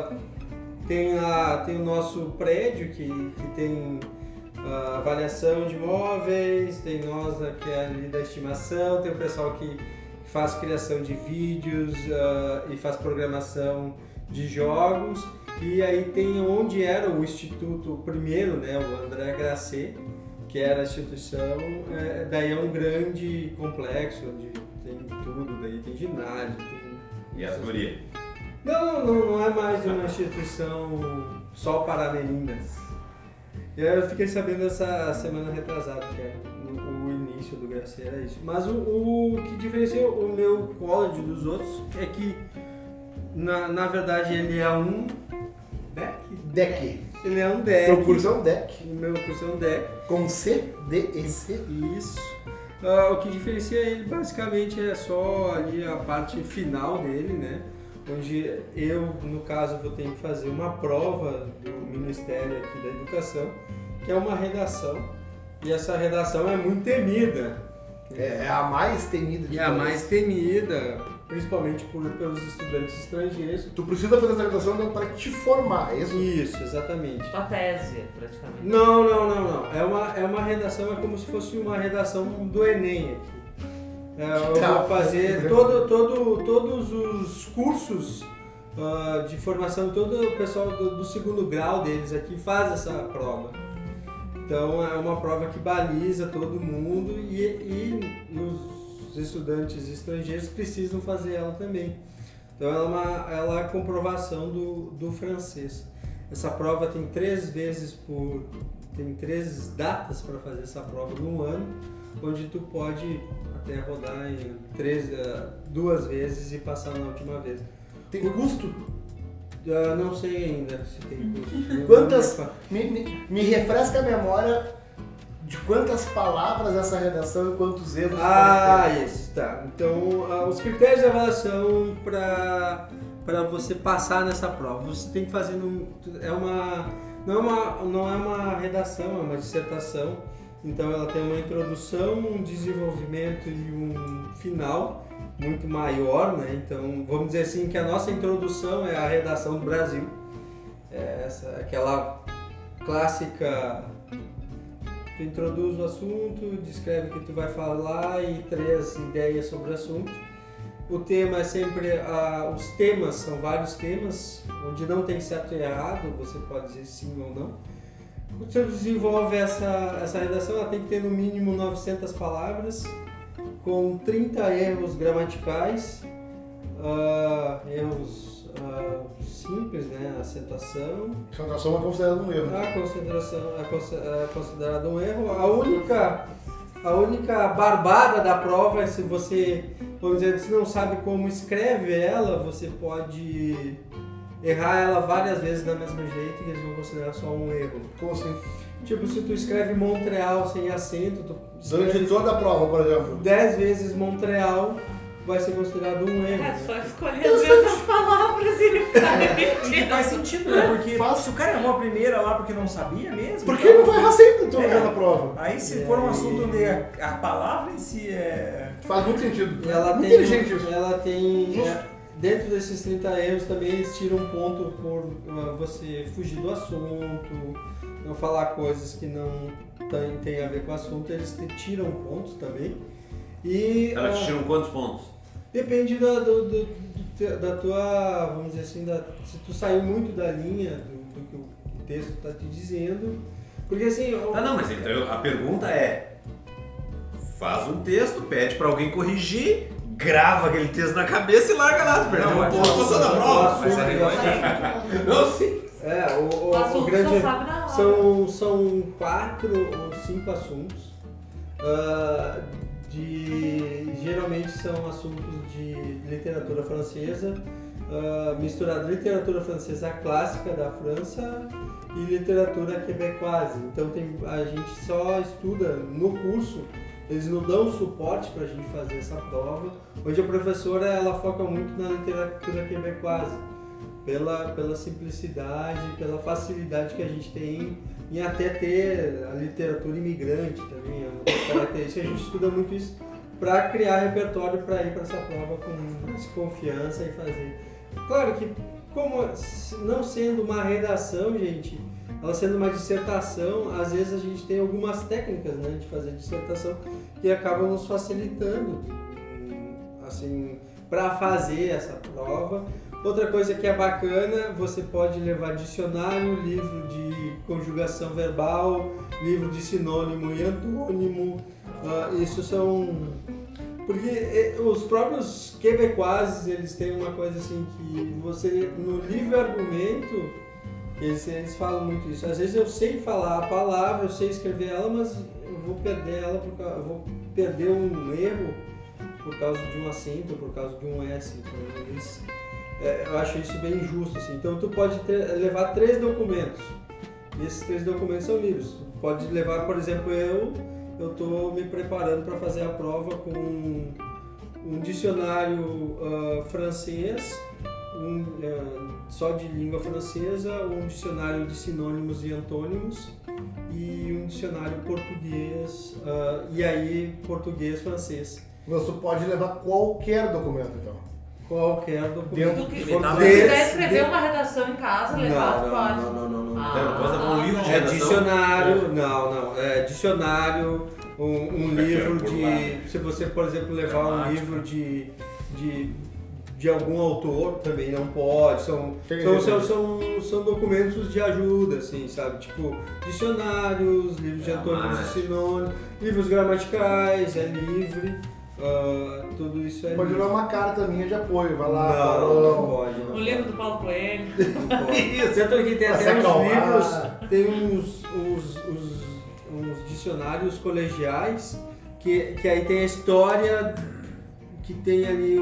tem o nosso prédio que tem avaliação de imóveis, tem nós que é ali da estimação, tem o pessoal que faz criação de vídeos e faz programação de jogos. E aí tem onde era o instituto primeiro, né, o André Gracê, que era a instituição, daí é um grande complexo onde tem tudo, daí tem ginásio, tem... E as gurias? Não é mais uma instituição só para meninas. Eu fiquei sabendo essa semana retrasada, que era o início do Gracê, era isso. Mas o que diferencia o meu college dos outros é que, na verdade, ele é um DEC. Ele é um DEC. Teu curso é um DEC. O meu curso é um DEC. Com C, D e C. Isso. O que diferencia ele basicamente é só ali a parte final dele, né? Onde eu, no caso, vou ter que fazer uma prova do Ministério aqui da Educação, que é uma redação. E essa redação é muito temida. É a mais temida de E a todas. mais temida, principalmente pelos estudantes estrangeiros. Tu precisa fazer essa redação para te formar, é isso? Isso, exatamente. Tua tese, praticamente. Não. É uma redação, é como se fosse uma redação do Enem aqui. Eu vou fazer todos os cursos de formação, todo o pessoal do segundo grau deles aqui faz essa prova. Então é uma prova que baliza todo mundo e os estudantes estrangeiros precisam fazer ela também. Então ela é a comprovação do francês. Essa prova tem 3 datas para fazer essa prova num ano, onde tu pode até rodar em 2 vezes e passar na última vez. Tem custo? Não sei ainda se tem custo. Quantas... Me refresca a memória de quantas palavras essa redação e quantos erros. Isso, tá. Então, os critérios de avaliação para você passar nessa prova, você tem que fazer não é uma redação, é uma dissertação. Então ela tem uma introdução, um desenvolvimento e um final muito maior, né? Então vamos dizer assim que a nossa introdução é a redação do Brasil, aquela clássica. Tu introduz o assunto, descreve o que tu vai falar e 3 ideias sobre o assunto. O tema é sempre, os temas são vários temas, onde não tem certo e errado, você pode dizer sim ou não. Quando você desenvolve essa redação, ela tem que ter no mínimo 900 palavras, com 30 erros gramaticais, erros simples, né? Acentuação. Acentuação é considerada um erro. A concentração é considerada um erro. A única barbada da prova é se você, vamos dizer, se não sabe como escreve ela, você pode errar ela várias vezes da mesma jeito e eles vão considerar só um erro. Como assim? Tipo, se tu escreve Montreal sem acento, tu escreve Durante toda a prova, por exemplo. 10 vezes Montreal, vai ser considerado um erro. É né? só escolher as mesmas palavras e ficar E que repetindo. faz sentido, né? Porque se o cara errou a primeira lá porque não sabia mesmo... Por que ele não vai errar sempre tu na prova? Aí se for um assunto onde a palavra em si é... Faz muito sentido. Ela Muito tem, inteligente isso. ela tem dentro desses 30 erros também eles tiram um ponto por você fugir do assunto, não falar coisas que não tem a ver com o assunto, eles te tiram pontos também. E Elas tiram quantos pontos? depende da tua, vamos dizer assim, se tu sair muito da linha do que o texto está te dizendo, porque assim... Não, mas então a pergunta é, faz um texto, pede pra alguém corrigir, grava aquele texto na cabeça e larga lá, tu perdeu um ponto, passou na prova. Mas é Não, sim. o assunto grande só sabe na hora. são 4 ou 5 assuntos. Geralmente são assuntos de literatura francesa, misturado literatura francesa clássica da França e literatura quebecoise. Então a gente só estuda no curso, eles nos dão suporte para a gente fazer essa prova, onde a professora ela foca muito na literatura quebecoise, pela simplicidade, pela facilidade que a gente tem em até ter a literatura imigrante também, é uma característica. A gente estuda muito isso para criar repertório para ir para essa prova com mais confiança e fazer. Claro que, como não sendo uma redação, gente, ela sendo uma dissertação, às vezes a gente tem algumas técnicas, né, de fazer dissertação que acabam nos facilitando, assim, para fazer essa prova. Outra coisa que é bacana, você pode levar dicionário, livro de conjugação verbal, livro de sinônimo e antônimo. Isso são... Porque os próprios quebecoises, eles têm uma coisa assim que você, no livre argumento, eles falam muito isso. Às vezes eu sei falar a palavra, eu sei escrever ela, mas eu vou perder ela, eu vou perder um erro por causa de um acento, por causa de um S. Então, eu acho isso bem injusto, assim. Então tu pode levar 3 documentos. E esses 3 documentos são livros. Tu pode levar, por exemplo, eu estou me preparando para fazer a prova com um dicionário francês, só de língua francesa, um dicionário de sinônimos e antônimos e um dicionário português, e aí português-francês. Mas tu pode levar qualquer documento, então. Qualquer documento. Se quiser escrever uma redação em casa, levar, tu pode. Não. Não pode levar um livro de É redação. dicionário, não. É dicionário, um livro de... Se você, por exemplo, levar um livro de algum autor, também não pode. São documentos de ajuda, assim, sabe? Tipo, dicionários, livros de antônimos e sinônimos, livros gramaticais, é livre. Tudo isso é Pode livre. levar uma carta minha de apoio, vai lá. Não pode. O livro do Paulo Coelho. Não pode. Tanto que tem Pra se até uns acalmar. livros, tem uns dicionários colegiais que aí tem a história, que tem ali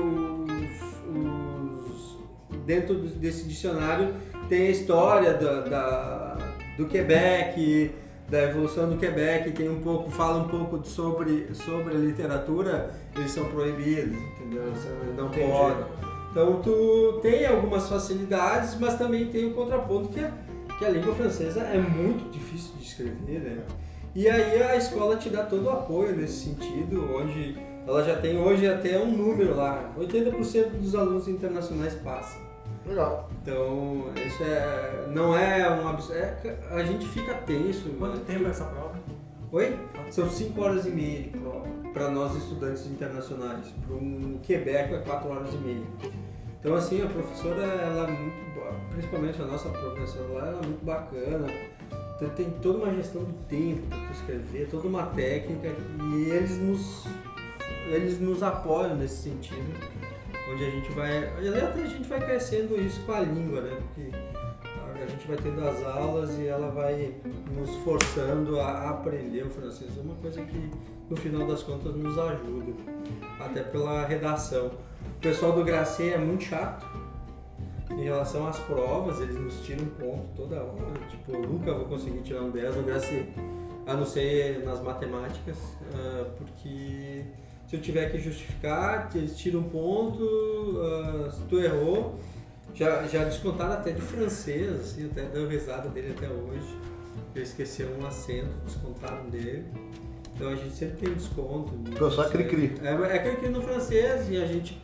dentro desse dicionário tem a história do Quebec, da evolução do Quebec, fala um pouco sobre a literatura, eles são proibidos, entendeu? Não pode. Então tu tem algumas facilidades, mas também tem o contraponto que a língua francesa é muito difícil de escrever, né? E aí a escola te dá todo o apoio nesse sentido, onde ela já tem hoje até um número lá, 80% dos alunos internacionais passam. Legal. Então, isso não é um absurdo. A gente fica tenso. Quanto tempo é essa prova? Oi? São 5 horas e meia de prova para nós estudantes internacionais. Para um Quebec é 4 horas e meia. Então, assim, a professora, ela é muito boa, principalmente a nossa professora lá, ela é muito bacana. Tem toda uma gestão do tempo para tu escrever, toda uma técnica, e eles nos apoiam nesse sentido. Onde a gente vai crescendo isso com a língua, né? Porque a gente vai tendo as aulas e ela vai nos forçando a aprender o francês. É uma coisa que, no final das contas, nos ajuda. Até pela redação. O pessoal do Gracê é muito chato em relação às provas, eles nos tiram um ponto toda hora. Tipo, eu nunca vou conseguir tirar um 10 no Gracê, a não ser nas matemáticas, porque Se eu tiver que justificar, eles tiram um ponto, se tu errou. Já descontaram até de francês, assim, até deu risada dele até hoje. Ele esqueceu um acento, descontaram dele. Então a gente sempre tem desconto. Eu só cri-cri. É cri-cri no francês e a gente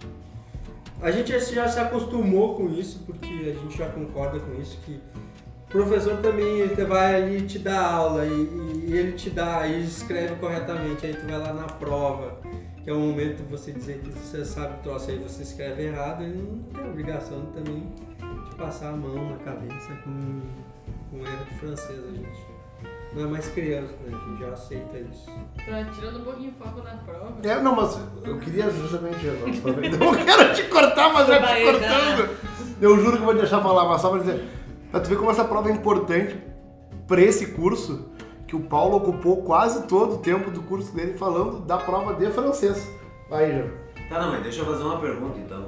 já se acostumou com isso, porque a gente já concorda com isso, que o professor também ele vai ali te dar aula e ele te dá, e escreve corretamente, aí tu vai lá na prova, que é o momento de você dizer que você sabe o troço, aí você escreve errado, ele não tem obrigação também de passar a mão na cabeça com erro de francês, a gente não é mais criança, né? A gente já aceita isso. Tirando um pouquinho o foco na prova. Não, mas eu queria justamente... Eu não quero te cortar, mas já te cortando. Eu juro que eu vou deixar falar, mas só pra dizer... Pra tu ver como essa prova é importante pra esse curso, que o Paulo ocupou quase todo o tempo do curso dele falando da prova de francês. Vai, João. Tá, não, mas deixa eu fazer uma pergunta, então.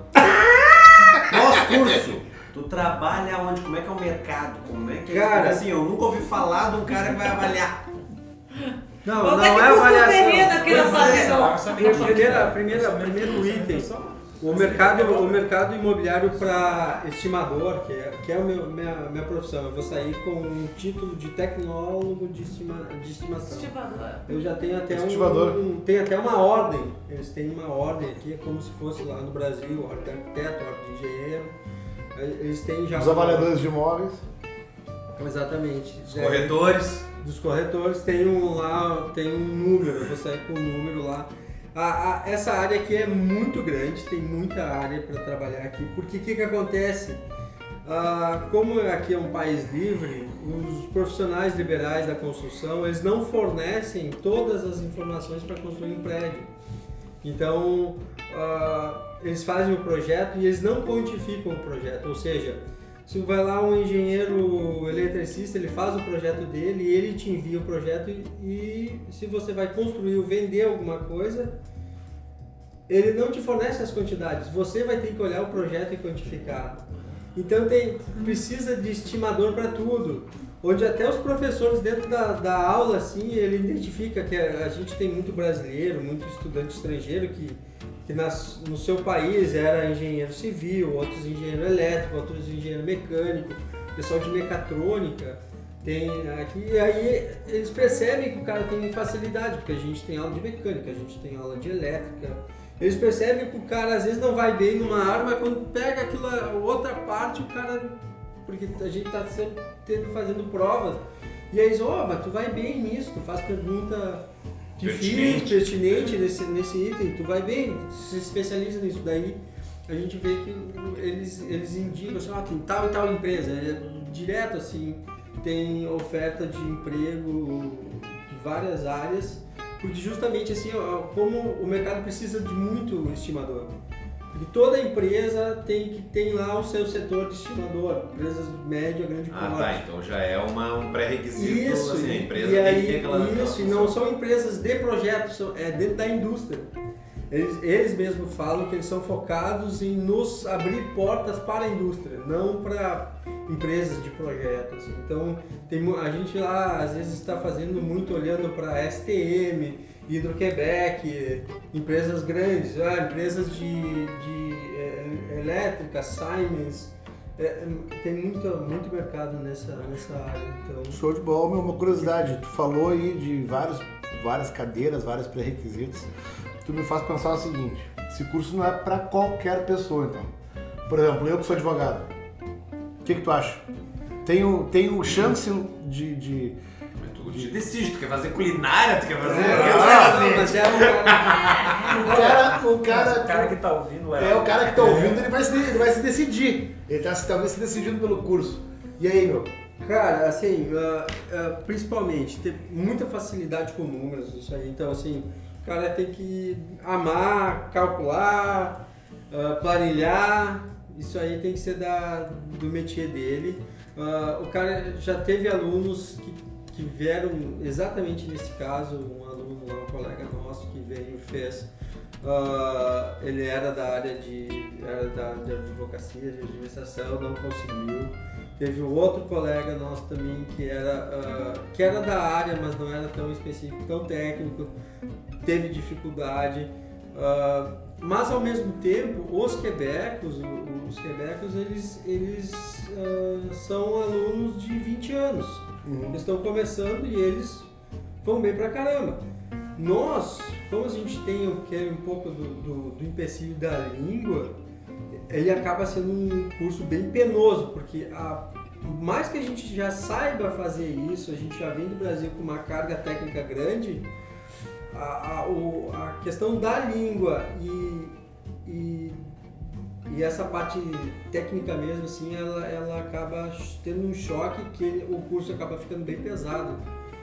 Pós-curso, tu trabalha onde? Como é que é o mercado? Como é que é? Cara, assim, eu nunca ouvi falar de um cara que vai avaliar. Não é avaliação. Aqui na avaliação. Primeiro item. O mercado imobiliário para estimador, que é a minha profissão. Eu vou sair com um título de tecnólogo de estimação. Estivador. Eu já tenho até tem até uma ordem. Eles têm uma ordem aqui, é como se fosse lá no Brasil, ordem de arquiteto, ordem de engenheiro. Eles têm já... Os avaliadores de imóveis. Exatamente. Os corretores. Dos corretores tem um número, eu vou sair com um número lá. Essa área aqui é muito grande, tem muita área para trabalhar aqui, porque o que acontece? Como aqui é um país livre, os profissionais liberais da construção, eles não fornecem todas as informações para construir um prédio. Então, eles fazem o projeto e eles não quantificam o projeto, ou seja, se vai lá um engenheiro eletricista, ele faz o projeto dele e ele te envia o projeto e se você vai construir ou vender alguma coisa, ele não te fornece as quantidades, você vai ter que olhar o projeto e quantificar. Então precisa de estimador para tudo, onde até os professores dentro da aula, assim, ele identifica que a gente tem muito brasileiro, muito estudante estrangeiro que no seu país era engenheiro civil, outros engenheiro elétrico, outros engenheiro mecânico, pessoal de mecatrônica tem aqui, e aí eles percebem que o cara tem facilidade, porque a gente tem aula de mecânica, a gente tem aula de elétrica, eles percebem que o cara às vezes não vai bem numa área, mas quando pega aquela outra parte, o cara, porque a gente está sempre fazendo provas, e aí eles, mas tu vai bem nisso, tu faz pergunta difícil, pertinente nesse item, tu vai bem, tu se especializa nisso, daí a gente vê que eles indicam assim, tem tal e tal empresa, direto assim, tem oferta de emprego de várias áreas, porque justamente assim, como o mercado precisa de muito estimador, porque toda empresa tem lá o seu setor de estimador, empresas média, grande porte. Tá, então já é um pré-requisito, isso, assim, a empresa e aí, tem que ter aquela... Isso, e não são empresas de projetos, é dentro da indústria. Eles mesmos falam que eles são focados em nos abrir portas para a indústria, não para empresas de projetos. Assim. Então, a gente lá às vezes está fazendo muito olhando para STM, Hidro-Quebec, empresas grandes, empresas de elétrica, Siemens, tem muito mercado nessa área. Então... Show de bola. Uma curiosidade, tu falou aí de várias cadeiras, vários pré-requisitos. Tu me faz pensar o seguinte, esse curso não é para qualquer pessoa, então. Por exemplo, eu que sou advogado, o que tu acha? Tenho chance de... Tu decide, tu quer fazer culinária, tu quer fazer... Mas o cara que tá ouvindo o cara que tá ouvindo, ele vai se decidir. Ele tá talvez se decidindo pelo curso. E aí, meu? Cara, assim, principalmente, ter muita facilidade com números, isso aí. Então, assim, o cara tem que amar, calcular, planilhar, isso aí tem que ser do métier dele. O cara já teve alunos que vieram exatamente nesse caso, um aluno lá, um colega nosso que veio e fez, ele era da área de advocacia, de administração, não conseguiu. Teve um outro colega nosso também que era da área, mas não era tão específico, tão técnico, teve dificuldade. Mas ao mesmo tempo, os quebecos eles são alunos de 20 anos. Eles estão começando e eles vão bem pra caramba. Nós, como a gente tem um pouco do empecilho da língua, ele acaba sendo um curso bem penoso, porque mais que a gente já saiba fazer isso, a gente já vem do Brasil com uma carga técnica grande, a questão da língua e essa parte técnica mesmo, assim, ela acaba tendo um choque que o curso acaba ficando bem pesado.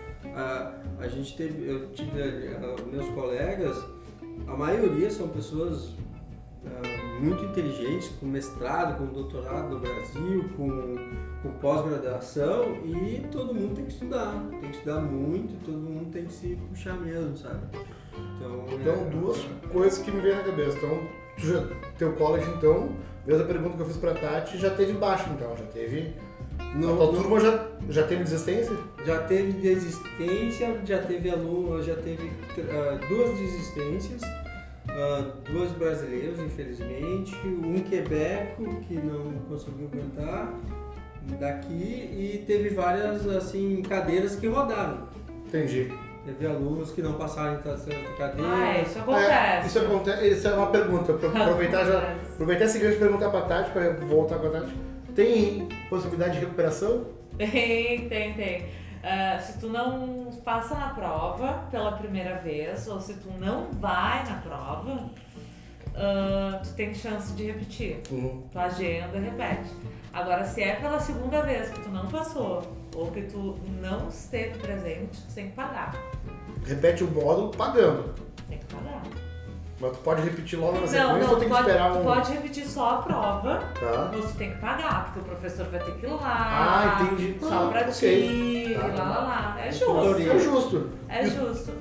Eu tive meus colegas, a maioria são pessoas muito inteligentes, com mestrado, com doutorado no Brasil, com pós-graduação, e todo mundo tem que estudar muito, todo mundo tem que se puxar mesmo, sabe? Então, duas coisas que me vêm na cabeça. Então, teu college, então, mesma pergunta que eu fiz pra Tati, já teve baixa, então, já teve... A tua turma já teve desistência? Já teve desistência, já teve aluno, já teve 2 desistências, 2 brasileiros, infelizmente, um quebeco que não conseguiu aguentar daqui, e teve várias assim, cadeiras que rodaram. Entendi. Teve alunos que não passaram em certa cadeira. Isso acontece. Isso acontece. Isso é uma pergunta. Aproveitar esse gancho e perguntar pra Tati, pra voltar com a Tati. Tem possibilidade de recuperação? Tem. Se tu não passa na prova pela primeira vez, ou se tu não vai na prova, tu tem chance de repetir. Tua agenda repete. Agora, se é pela segunda vez que tu não passou, ou que tu não esteve presente, tu tem que pagar. Repete o módulo pagando. Tem que pagar. Mas tu pode repetir logo na sequência ou tem que esperar tu pode repetir só a prova, tá. mas tu tem que pagar, porque o professor vai ter que ir lá. Entendi. Só pra ti, Tá. lá. É Justo. É justo.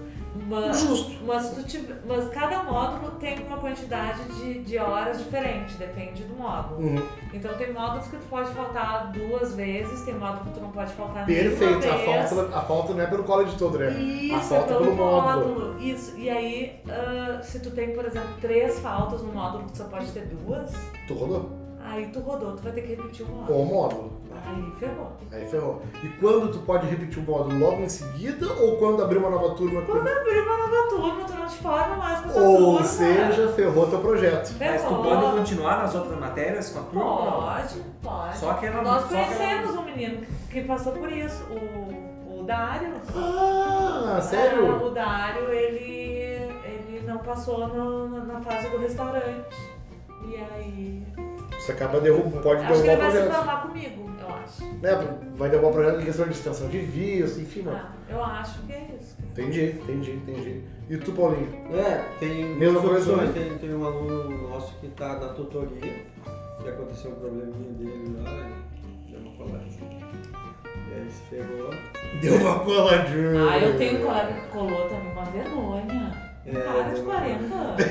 Mas cada módulo tem uma quantidade de horas diferente, depende do módulo. Então tem módulos que tu pode faltar 2 vezes, tem módulo que tu não pode faltar nenhuma Perfeito, vez. a falta não é pelo college todo, né? Isso, a falta é pelo módulo. Isso, e aí se tu tem, por exemplo, 3 faltas no módulo que tu só pode ter 2, Tu rodou? aí tu rodou, tu vai ter que repetir o módulo. Com o módulo. Aí ferrou. Aí ferrou. E quando tu pode repetir o módulo? Logo em seguida ou quando abrir uma nova turma? Quando abrir uma nova turma, tu não te forma mais com a tua Ou turma. seja, ferrou teu projeto. Mas tu pode continuar nas outras matérias com a turma? Pode. Só que Nós conhecemos um menino que passou por isso, o Dário. Sério? O Dário, ele não passou na fase do restaurante. E aí... Você acaba pode acho que derrubar ele o vai se projeto. formar comigo, eu acho. Vai derrubar o projeto em questão de extensão de visto, enfim, mano. Eu acho que é isso. Entendi. E tu, Paulinho? Tem Mesma duas coisa, opções. né? Tem um aluno nosso que está na tutoria, que aconteceu um probleminha dele lá, ele deu uma coladinha. E aí se ferrou. Deu uma coladinha. Eu tenho um colega que colou também, uma vergonha. Cara de 40 anos.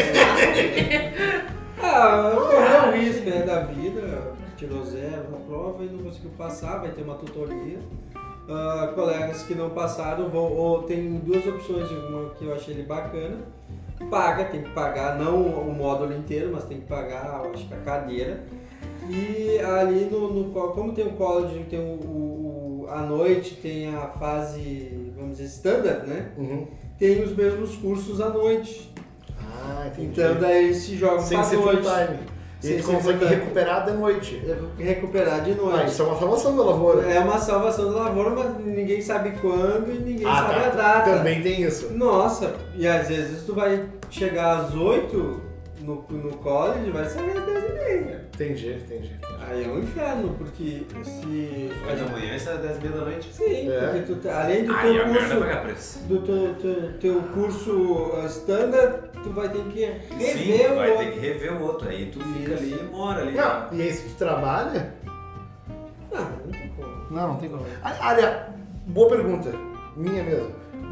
Correu o risco da vida, tirou 0 na prova e não conseguiu passar, vai ter uma tutoria. Colegas que não passaram tem 2 opções, uma que eu achei ele bacana. Tem que pagar, não o módulo inteiro, mas tem que pagar, eu acho que a cadeira. E ali como tem o college, tem à noite tem a fase, vamos dizer, standard, né? Tem os mesmos cursos à noite. Entendi. Então daí se joga sem pra ser noite. full time. E tu consegue recuperar de noite. Recuperar de noite. Isso é uma salvação da lavoura. É uma salvação da lavoura, mas ninguém sabe quando e ninguém sabe a data. Também tem isso. Nossa, e às vezes tu vai chegar às 8 no college, vai sair às 10h30. Entendi. Aí é um inferno, porque se... Faz amanhã e sai às 10h30 da noite. Sim, porque além do Aí teu a merda paga preço. do teu curso standard, tu vai ter que rever Sim, vai outro. ter que rever o outro. Aí tu fica ali e mora ali. E aí se tu trabalha... Não tem como. Não tem como. Aliás, boa pergunta. Minha mesmo.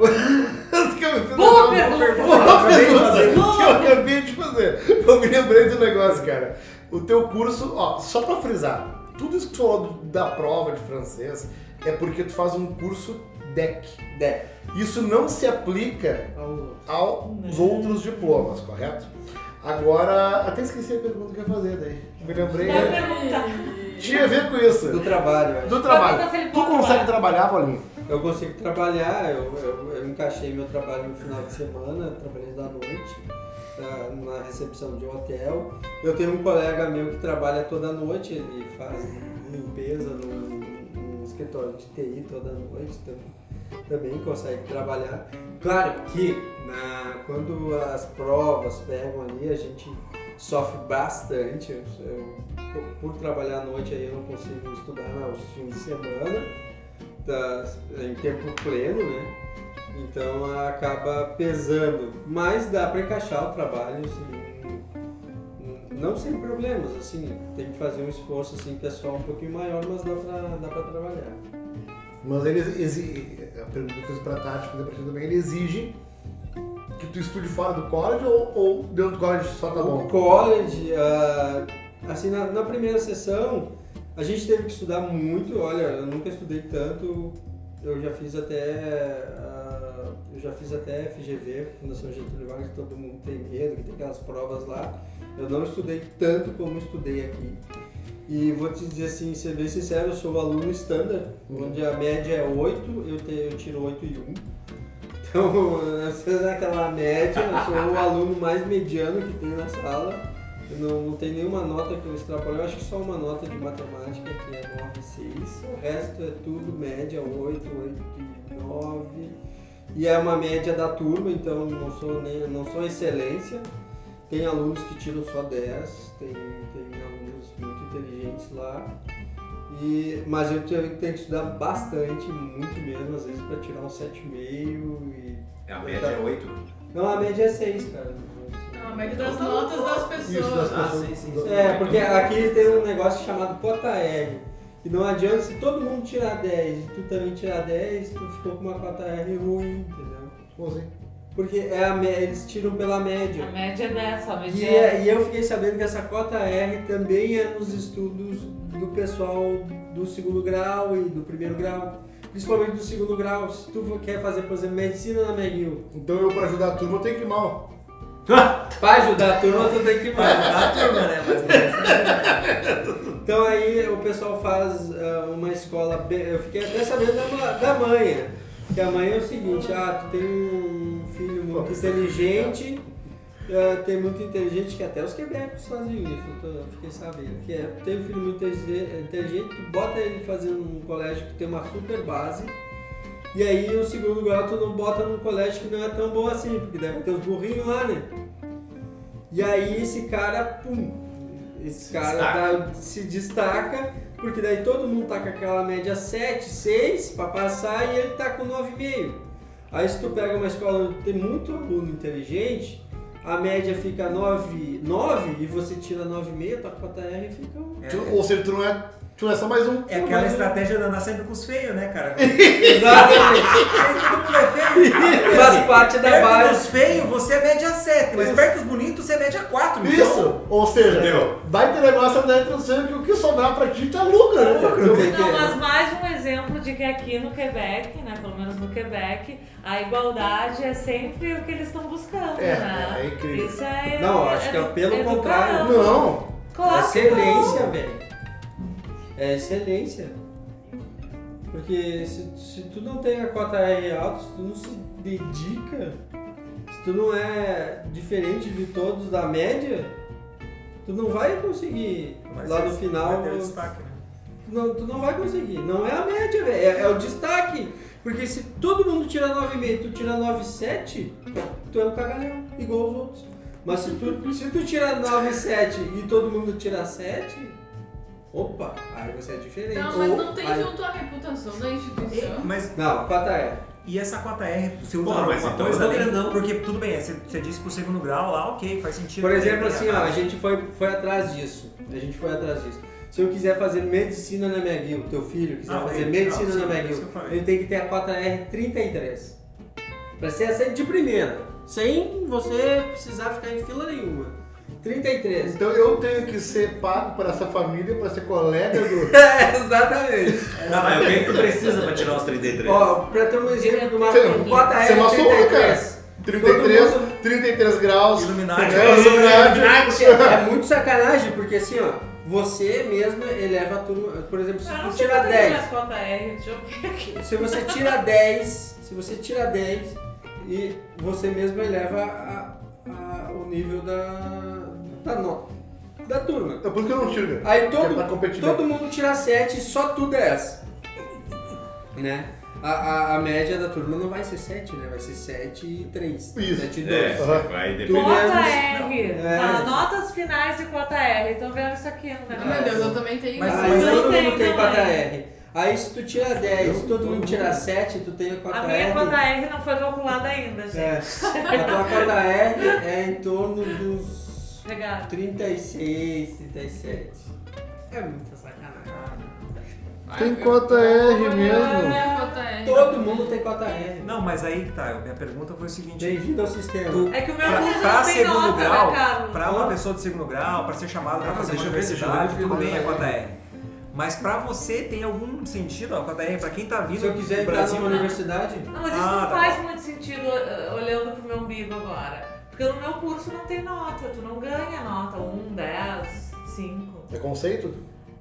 Boa pergunta que eu acabei de fazer. Eu me lembrei do negócio, cara. O teu curso, só pra frisar, tudo isso que tu falou da prova de francês é porque tu faz um curso DEC. DEC. Isso não se aplica aos outros diplomas, correto? Agora, até esqueci a pergunta que eu ia fazer daí. Me lembrei. Vai perguntar. Tinha a ver com isso. Do trabalho, acho. Do trabalho. Pergunta se ele Tu pode consegue trabalhar, Paulinho? Eu consigo trabalhar, eu encaixei meu trabalho no final de semana, trabalhei da noite, na recepção de hotel. Eu tenho um colega meu que trabalha toda noite, ele faz limpeza no escritório de TI toda noite, também consegue trabalhar. Claro que quando as provas pegam ali, a gente sofre bastante. Por trabalhar à noite aí eu não consigo estudar nos fins de semana. Em tempo pleno, né? Então acaba pesando, mas dá para encaixar o trabalho, assim, não sem problemas, assim, tem que fazer um esforço assim, pessoal um pouquinho maior, mas dá para trabalhar. Mas ele exige, a pergunta que eu fiz pra Tati, fazer pra ti também, ele exige que tu estude fora do college ou dentro do college só tá bom? O college, assim, na primeira sessão, a gente teve que estudar muito. Olha, eu nunca estudei tanto, eu já fiz até FGV, Fundação Getúlio Vargas, que todo mundo tem medo, que tem aquelas provas lá. Eu não estudei tanto como estudei aqui. E vou te dizer assim, ser bem sincero, eu sou aluno standard, onde a média é 8, eu tiro 8 e 1. Então, você naquela média, eu sou o aluno mais mediano que tem na sala. Não tem nenhuma nota que eu extrapolei, eu acho que só uma nota de matemática que é 9,6. O resto é tudo média, 8 e 9. E é uma média da turma, então não sou excelência. Tem alunos que tiram só 10, tem alunos muito inteligentes lá. Mas eu tenho que estudar bastante, muito mesmo, às vezes para tirar um 7,5. A média é 8? Não, a média é 6, cara. A média das notas das pessoas. Isso, das pessoas. Sim. Porque aqui tem um negócio chamado cota R. E não adianta, se todo mundo tirar 10 e tu também tirar 10, tu ficou com uma cota R ruim, entendeu? Como assim? Porque eles tiram pela média. A média é dessa, a média E eu fiquei sabendo que essa cota R também é nos estudos do pessoal do segundo grau e do primeiro grau. Principalmente do segundo grau. Se tu quer fazer, por exemplo, medicina na McGill. Então eu, pra ajudar a turma, eu tenho que ir mal. Pra ajudar a turma, tu tem que ir mal. A turma, né? Mas Então aí o pessoal faz uma escola bem... Eu fiquei até sabendo da manha. Que a manha é o seguinte, tu tem um filho muito inteligente, tem muito inteligente, que até os quebecos fazem isso, eu fiquei sabendo. Que tem um filho muito inteligente, tu bota ele fazendo um colégio que tem uma super base, e aí o segundo grau tu não bota num colégio que não é tão bom assim, porque deve ter os burrinhos lá, né? E aí esse cara, se destaca, porque daí todo mundo tá com aquela média 7, 6 pra passar e ele tá com 9,5. Aí se tu pega uma escola onde tem muito aluno inteligente, a média fica 9 e você tira 9,5, tua cota R fica... Ou seja, tu é só mais um. é aquela estratégia de andar sempre com os feios, né, cara? Exatamente. Todo mundo é feio. Faz parte da Perto base. dos feios, você é média 7, mas perto dos bonitos, você é média 4. Isso! Ou seja, Entendeu? vai ter negócio da introdução que o que sobrar pra ti tá lucro, né? Não, mas mais um exemplo de que aqui no Quebec, né, pelo menos no Quebec, a igualdade é sempre o que eles estão buscando, né? É incrível. Isso é... Não, acho que é pelo educando. contrário. Não! Claro que Excelência, não. velho. É excelência. Porque se tu não tem a cota R alta, se tu não se dedica, se tu não é diferente de todos da média, tu não vai conseguir lá no final. Vai ter destaque, né? Tu não vai conseguir. Não é a média, velho. É o destaque. Porque se todo mundo tira 9,5 e tu tira 9,7, tu é um cagalhão, igual os outros. Mas se tu tira 9,7 e todo mundo tira 7, opa, aí você é diferente. Não, mas não tem junto a reputação da instituição. Mas Não, cota R. e essa cota R, você usa Pô, pra mas alguma então coisa eu tô além? grandão. Porque tudo bem, você disse pro segundo grau lá, ok, faz sentido. Por exemplo, Tem assim, ó, a- a gente foi atrás disso. Se eu quiser fazer medicina na McGill, teu filho quiser fazer ok. medicina Não, sim, na é isso McGill, que eu falei. ele tem que ter a cota R 33. Pra ser aceito de primeira, sem você precisar ficar em fila nenhuma. 33. Então eu tenho que ser pago por essa família pra ser colega do... Exatamente. Não, mas o que é que tu precisa pra tirar os 33? Ó, pra ter um exemplo de uma cota Você é R maçom, 33. 33 graus. Illuminati. Illuminati. É muito sacanagem, porque assim, ó, você mesmo eleva a turma. Por exemplo, se Eu não tu sei tira quanto é 10. minha cota R, deixa eu ver aqui. Se você tira 10 e você mesmo eleva o nível da nota da turma. É por isso que eu não tiro. Aí Que é pra competir. todo mundo tira 7 e só tu 10. Né? A média da turma não vai ser 7, né? Vai ser 7 e 3. Isso. 7 e 2. Vai Tu depender. Cota mesmo- R. É. Tá, notas finais de cota R. Tô vendo isso aqui no Meu negócio. Deus, eu também tenho Mas- isso. Aí eu todo tenho mundo tem também. cota R. Aí se tu tira 10, se todo mundo tirar 7, tu tem a cota A R. minha cota R não foi calculada ainda, gente. É. A tua cota R é em torno dos Obrigada. 36, 37. É muita sacanagem. Tem cota R mesmo. Minha cota R. Todo mundo tem cota R. Não, mas aí que tá. Minha pergunta foi o seguinte. Bem-vindo ao sistema. Tu- É que o meu Pra, curso pra não tem segundo nota, grau, né, Carlos? pra uma pessoa de segundo grau, pra ser chamado pra fazer uma universidade, tudo bem, a cota R. Mas pra você tem algum sentido a cota R? Pra quem tá vindo Se eu quiser do entrar Brasil, numa universidade, Não, mas isso Ah, não tá faz bom. muito sentido olhando pro meu umbigo agora. Porque no meu curso não tem nota. Tu não ganha nota. 1, 10, 5. É conceito?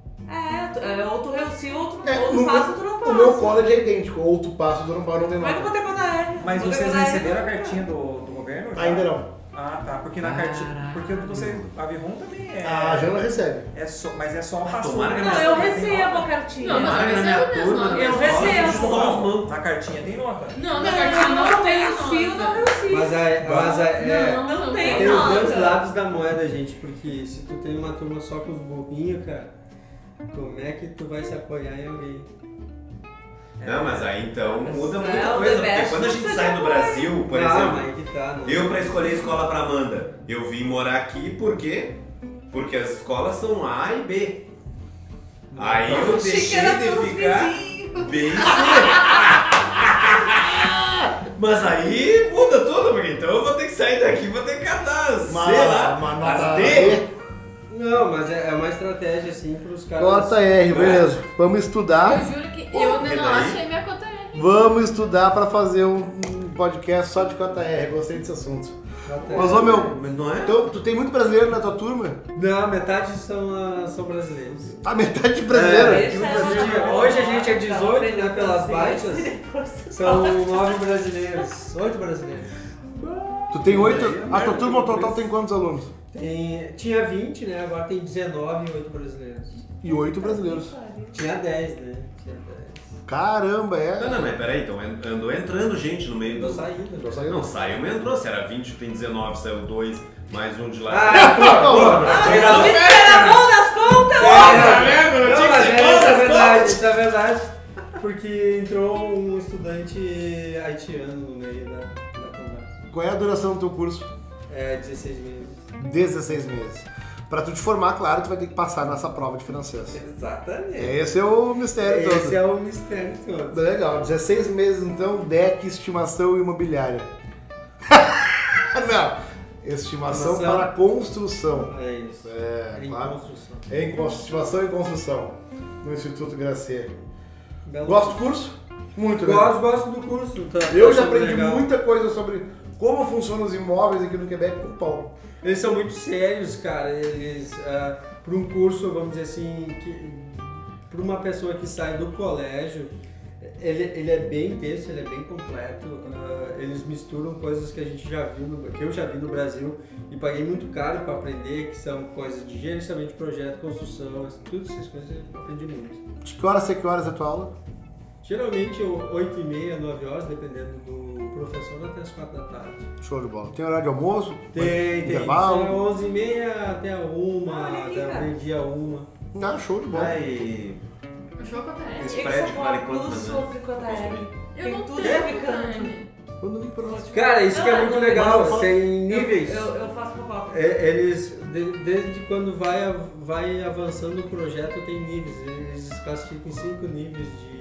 Ou tu renuncia ou tu não, É, ou tu passa ou tu não passa. o meu college é idêntico. Ou tu passa ou tu não passa, não tem Como é que eu nota. vou ter cota R? mas Vou ter vocês cota R, receberam a não. cartinha do governo? já? Ainda não. Ah, tá. Porque na cartinha. Porque você. A Vivon também é. A Jana recebe. É só, mas é só uma passou. tomara que Não, eu recebo a cartinha. Não, mas eu recebo mesmo. Eu recebo. Na cartinha tem nota. Não, na cartinha não tem renuncio, não nota. renuncio. mas Não tem tem os nota. dois lados da moeda, gente, porque se tu tem uma turma só com os burrinhos, cara, como é que tu vai se apoiar em alguém? Não, mas aí então muda É, muita o coisa, bebê porque quando a não gente precisa sai do de apoio. Brasil, por Não, exemplo, mas que tá, não. eu pra escolher a escola pra Amanda, eu vim morar aqui por quê? Porque as escolas são A e B. Aí eu Achei que deixei era de pelos ficar vizinhos. B e C. Mas aí muda tudo, porque então eu vou ter que sair daqui, vou ter que catar, sei lá, Uma nota as D. B. Não, mas é uma estratégia assim pros caras. Cota R, beleza. Vamos estudar. Eu juro que eu porque não daí- achei minha cota R. Vamos estudar pra fazer um podcast só de cota R. Gostei desse assunto. Cota Mas, R. ô meu, Mas não é? então, tu tem muito brasileiro na tua turma? Não, metade são brasileiros. A metade brasileira. Deixa ela- Hoje a gente é 18, Aprender né, pelas francês. baixas. E depois tu São 9 brasileiros. 8 brasileiros. Tu tem 8. A tua turma total tem quantos alunos? Tinha 20, né? Agora tem 19 e 8 brasileiros. E 8 brasileiros. Tinha 10, né? Tinha 10. Caramba, Não, é. mas peraí, então andou entrando gente no meio Tô do... saindo. Tô saindo. Não, saiu, mas entrou, se era 20, tem 19, saiu 2, mais um de lá. Ah, pô, legal. Me espera a mão das contas, Não, ó! mas isso é verdade, isso é verdade. Porque entrou um estudante haitiano no meio da conversa. Qual é a duração do teu curso? É 16 meses. 16 meses. Pra tu te formar, claro, tu vai ter que passar nessa prova de francês. Exatamente. Esse é o mistério todo. Esse é o mistério todo. Legal, 16 meses então, DEC, estimação imobiliária. Não, estimação Estimação. para construção. É isso. É, Em claro. construção. Estimação e construção, no Instituto Gracier. Belo- Gosta do curso? Muito legal. Gosto do curso. Tá, Eu tá já sendo aprendi legal. muita coisa sobre como funcionam os imóveis aqui no Quebec com o Paulo. Eles são muito sérios, cara. Eles, para um curso, vamos dizer assim, para uma pessoa que sai do colégio, ele é bem intenso, ele é bem completo. Eles misturam coisas que a gente já viu, que eu já vi no Brasil e paguei muito caro para aprender, que são coisas de gerenciamento de projeto, construção, tudo essas coisas eu aprendi muito. De que horas a que horas é a tua aula? Geralmente 8h30, 9 horas, dependendo do professor, até as 4 da tarde. Show de bola. Tem horário de almoço? Tem. Intervalo? 11h30 até a 1, Olha aqui, até cara. o meio-dia 1. Ah, show de bola. Aí, Achou a cota R? esse Eles prédio são vale um quanto curso também? sobre cota R. Eu Tem não tudo tenho explicando. cota R. Eu não vim pra nós. Cara, isso que é muito legal, tem níveis. Eu faço fofoca. Eles, desde quando vai avançando o projeto, tem níveis. Eles classificam em 5 níveis de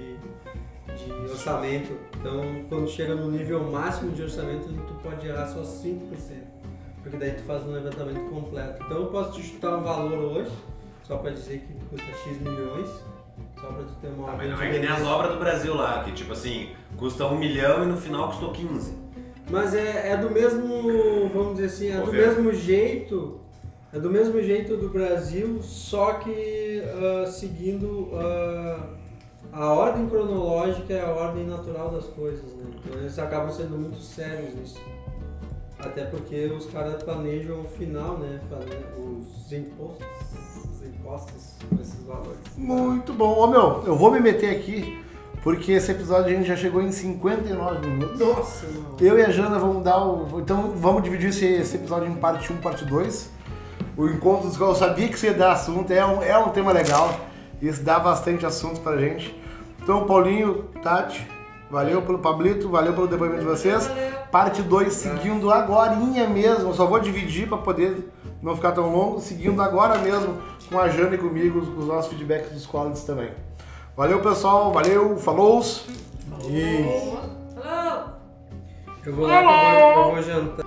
orçamento. Então, quando chega no nível máximo de orçamento, tu pode errar só 5%. Porque daí tu faz um levantamento completo. Então eu posso te chutar um valor hoje, só pra dizer que custa X milhões, só pra tu ter uma... Mas não é que nem as obras do Brasil lá, que tipo assim, custa 1 milhão e no final custou 15. Mas é do mesmo, vamos dizer assim, do mesmo jeito, do Brasil, só que seguindo a ordem cronológica, é a ordem natural das coisas, né? Então eles acabam sendo muito sérios nisso. Até porque os caras planejam o final, né? Os impostos com esses valores. Muito bom. Ô meu, eu vou me meter aqui, porque esse episódio a gente já chegou em 59 minutos. Nossa, não. Eu e a Jana vamos dar o... Então vamos dividir esse episódio em parte 1 e parte 2. O encontro dos quais eu sabia que você ia dar assunto, é um tema legal. Isso dá bastante assunto pra gente. Então, Paulinho, Tati, valeu pelo Pablito, valeu pelo depoimento de vocês. Parte 2 seguindo agorinha mesmo. Eu só vou dividir pra poder não ficar tão longo. Seguindo agora mesmo com a Jana e comigo, os nossos feedbacks dos colleges também. Valeu, pessoal. Valeu. Falou! Eu vou lá que eu vou jantar.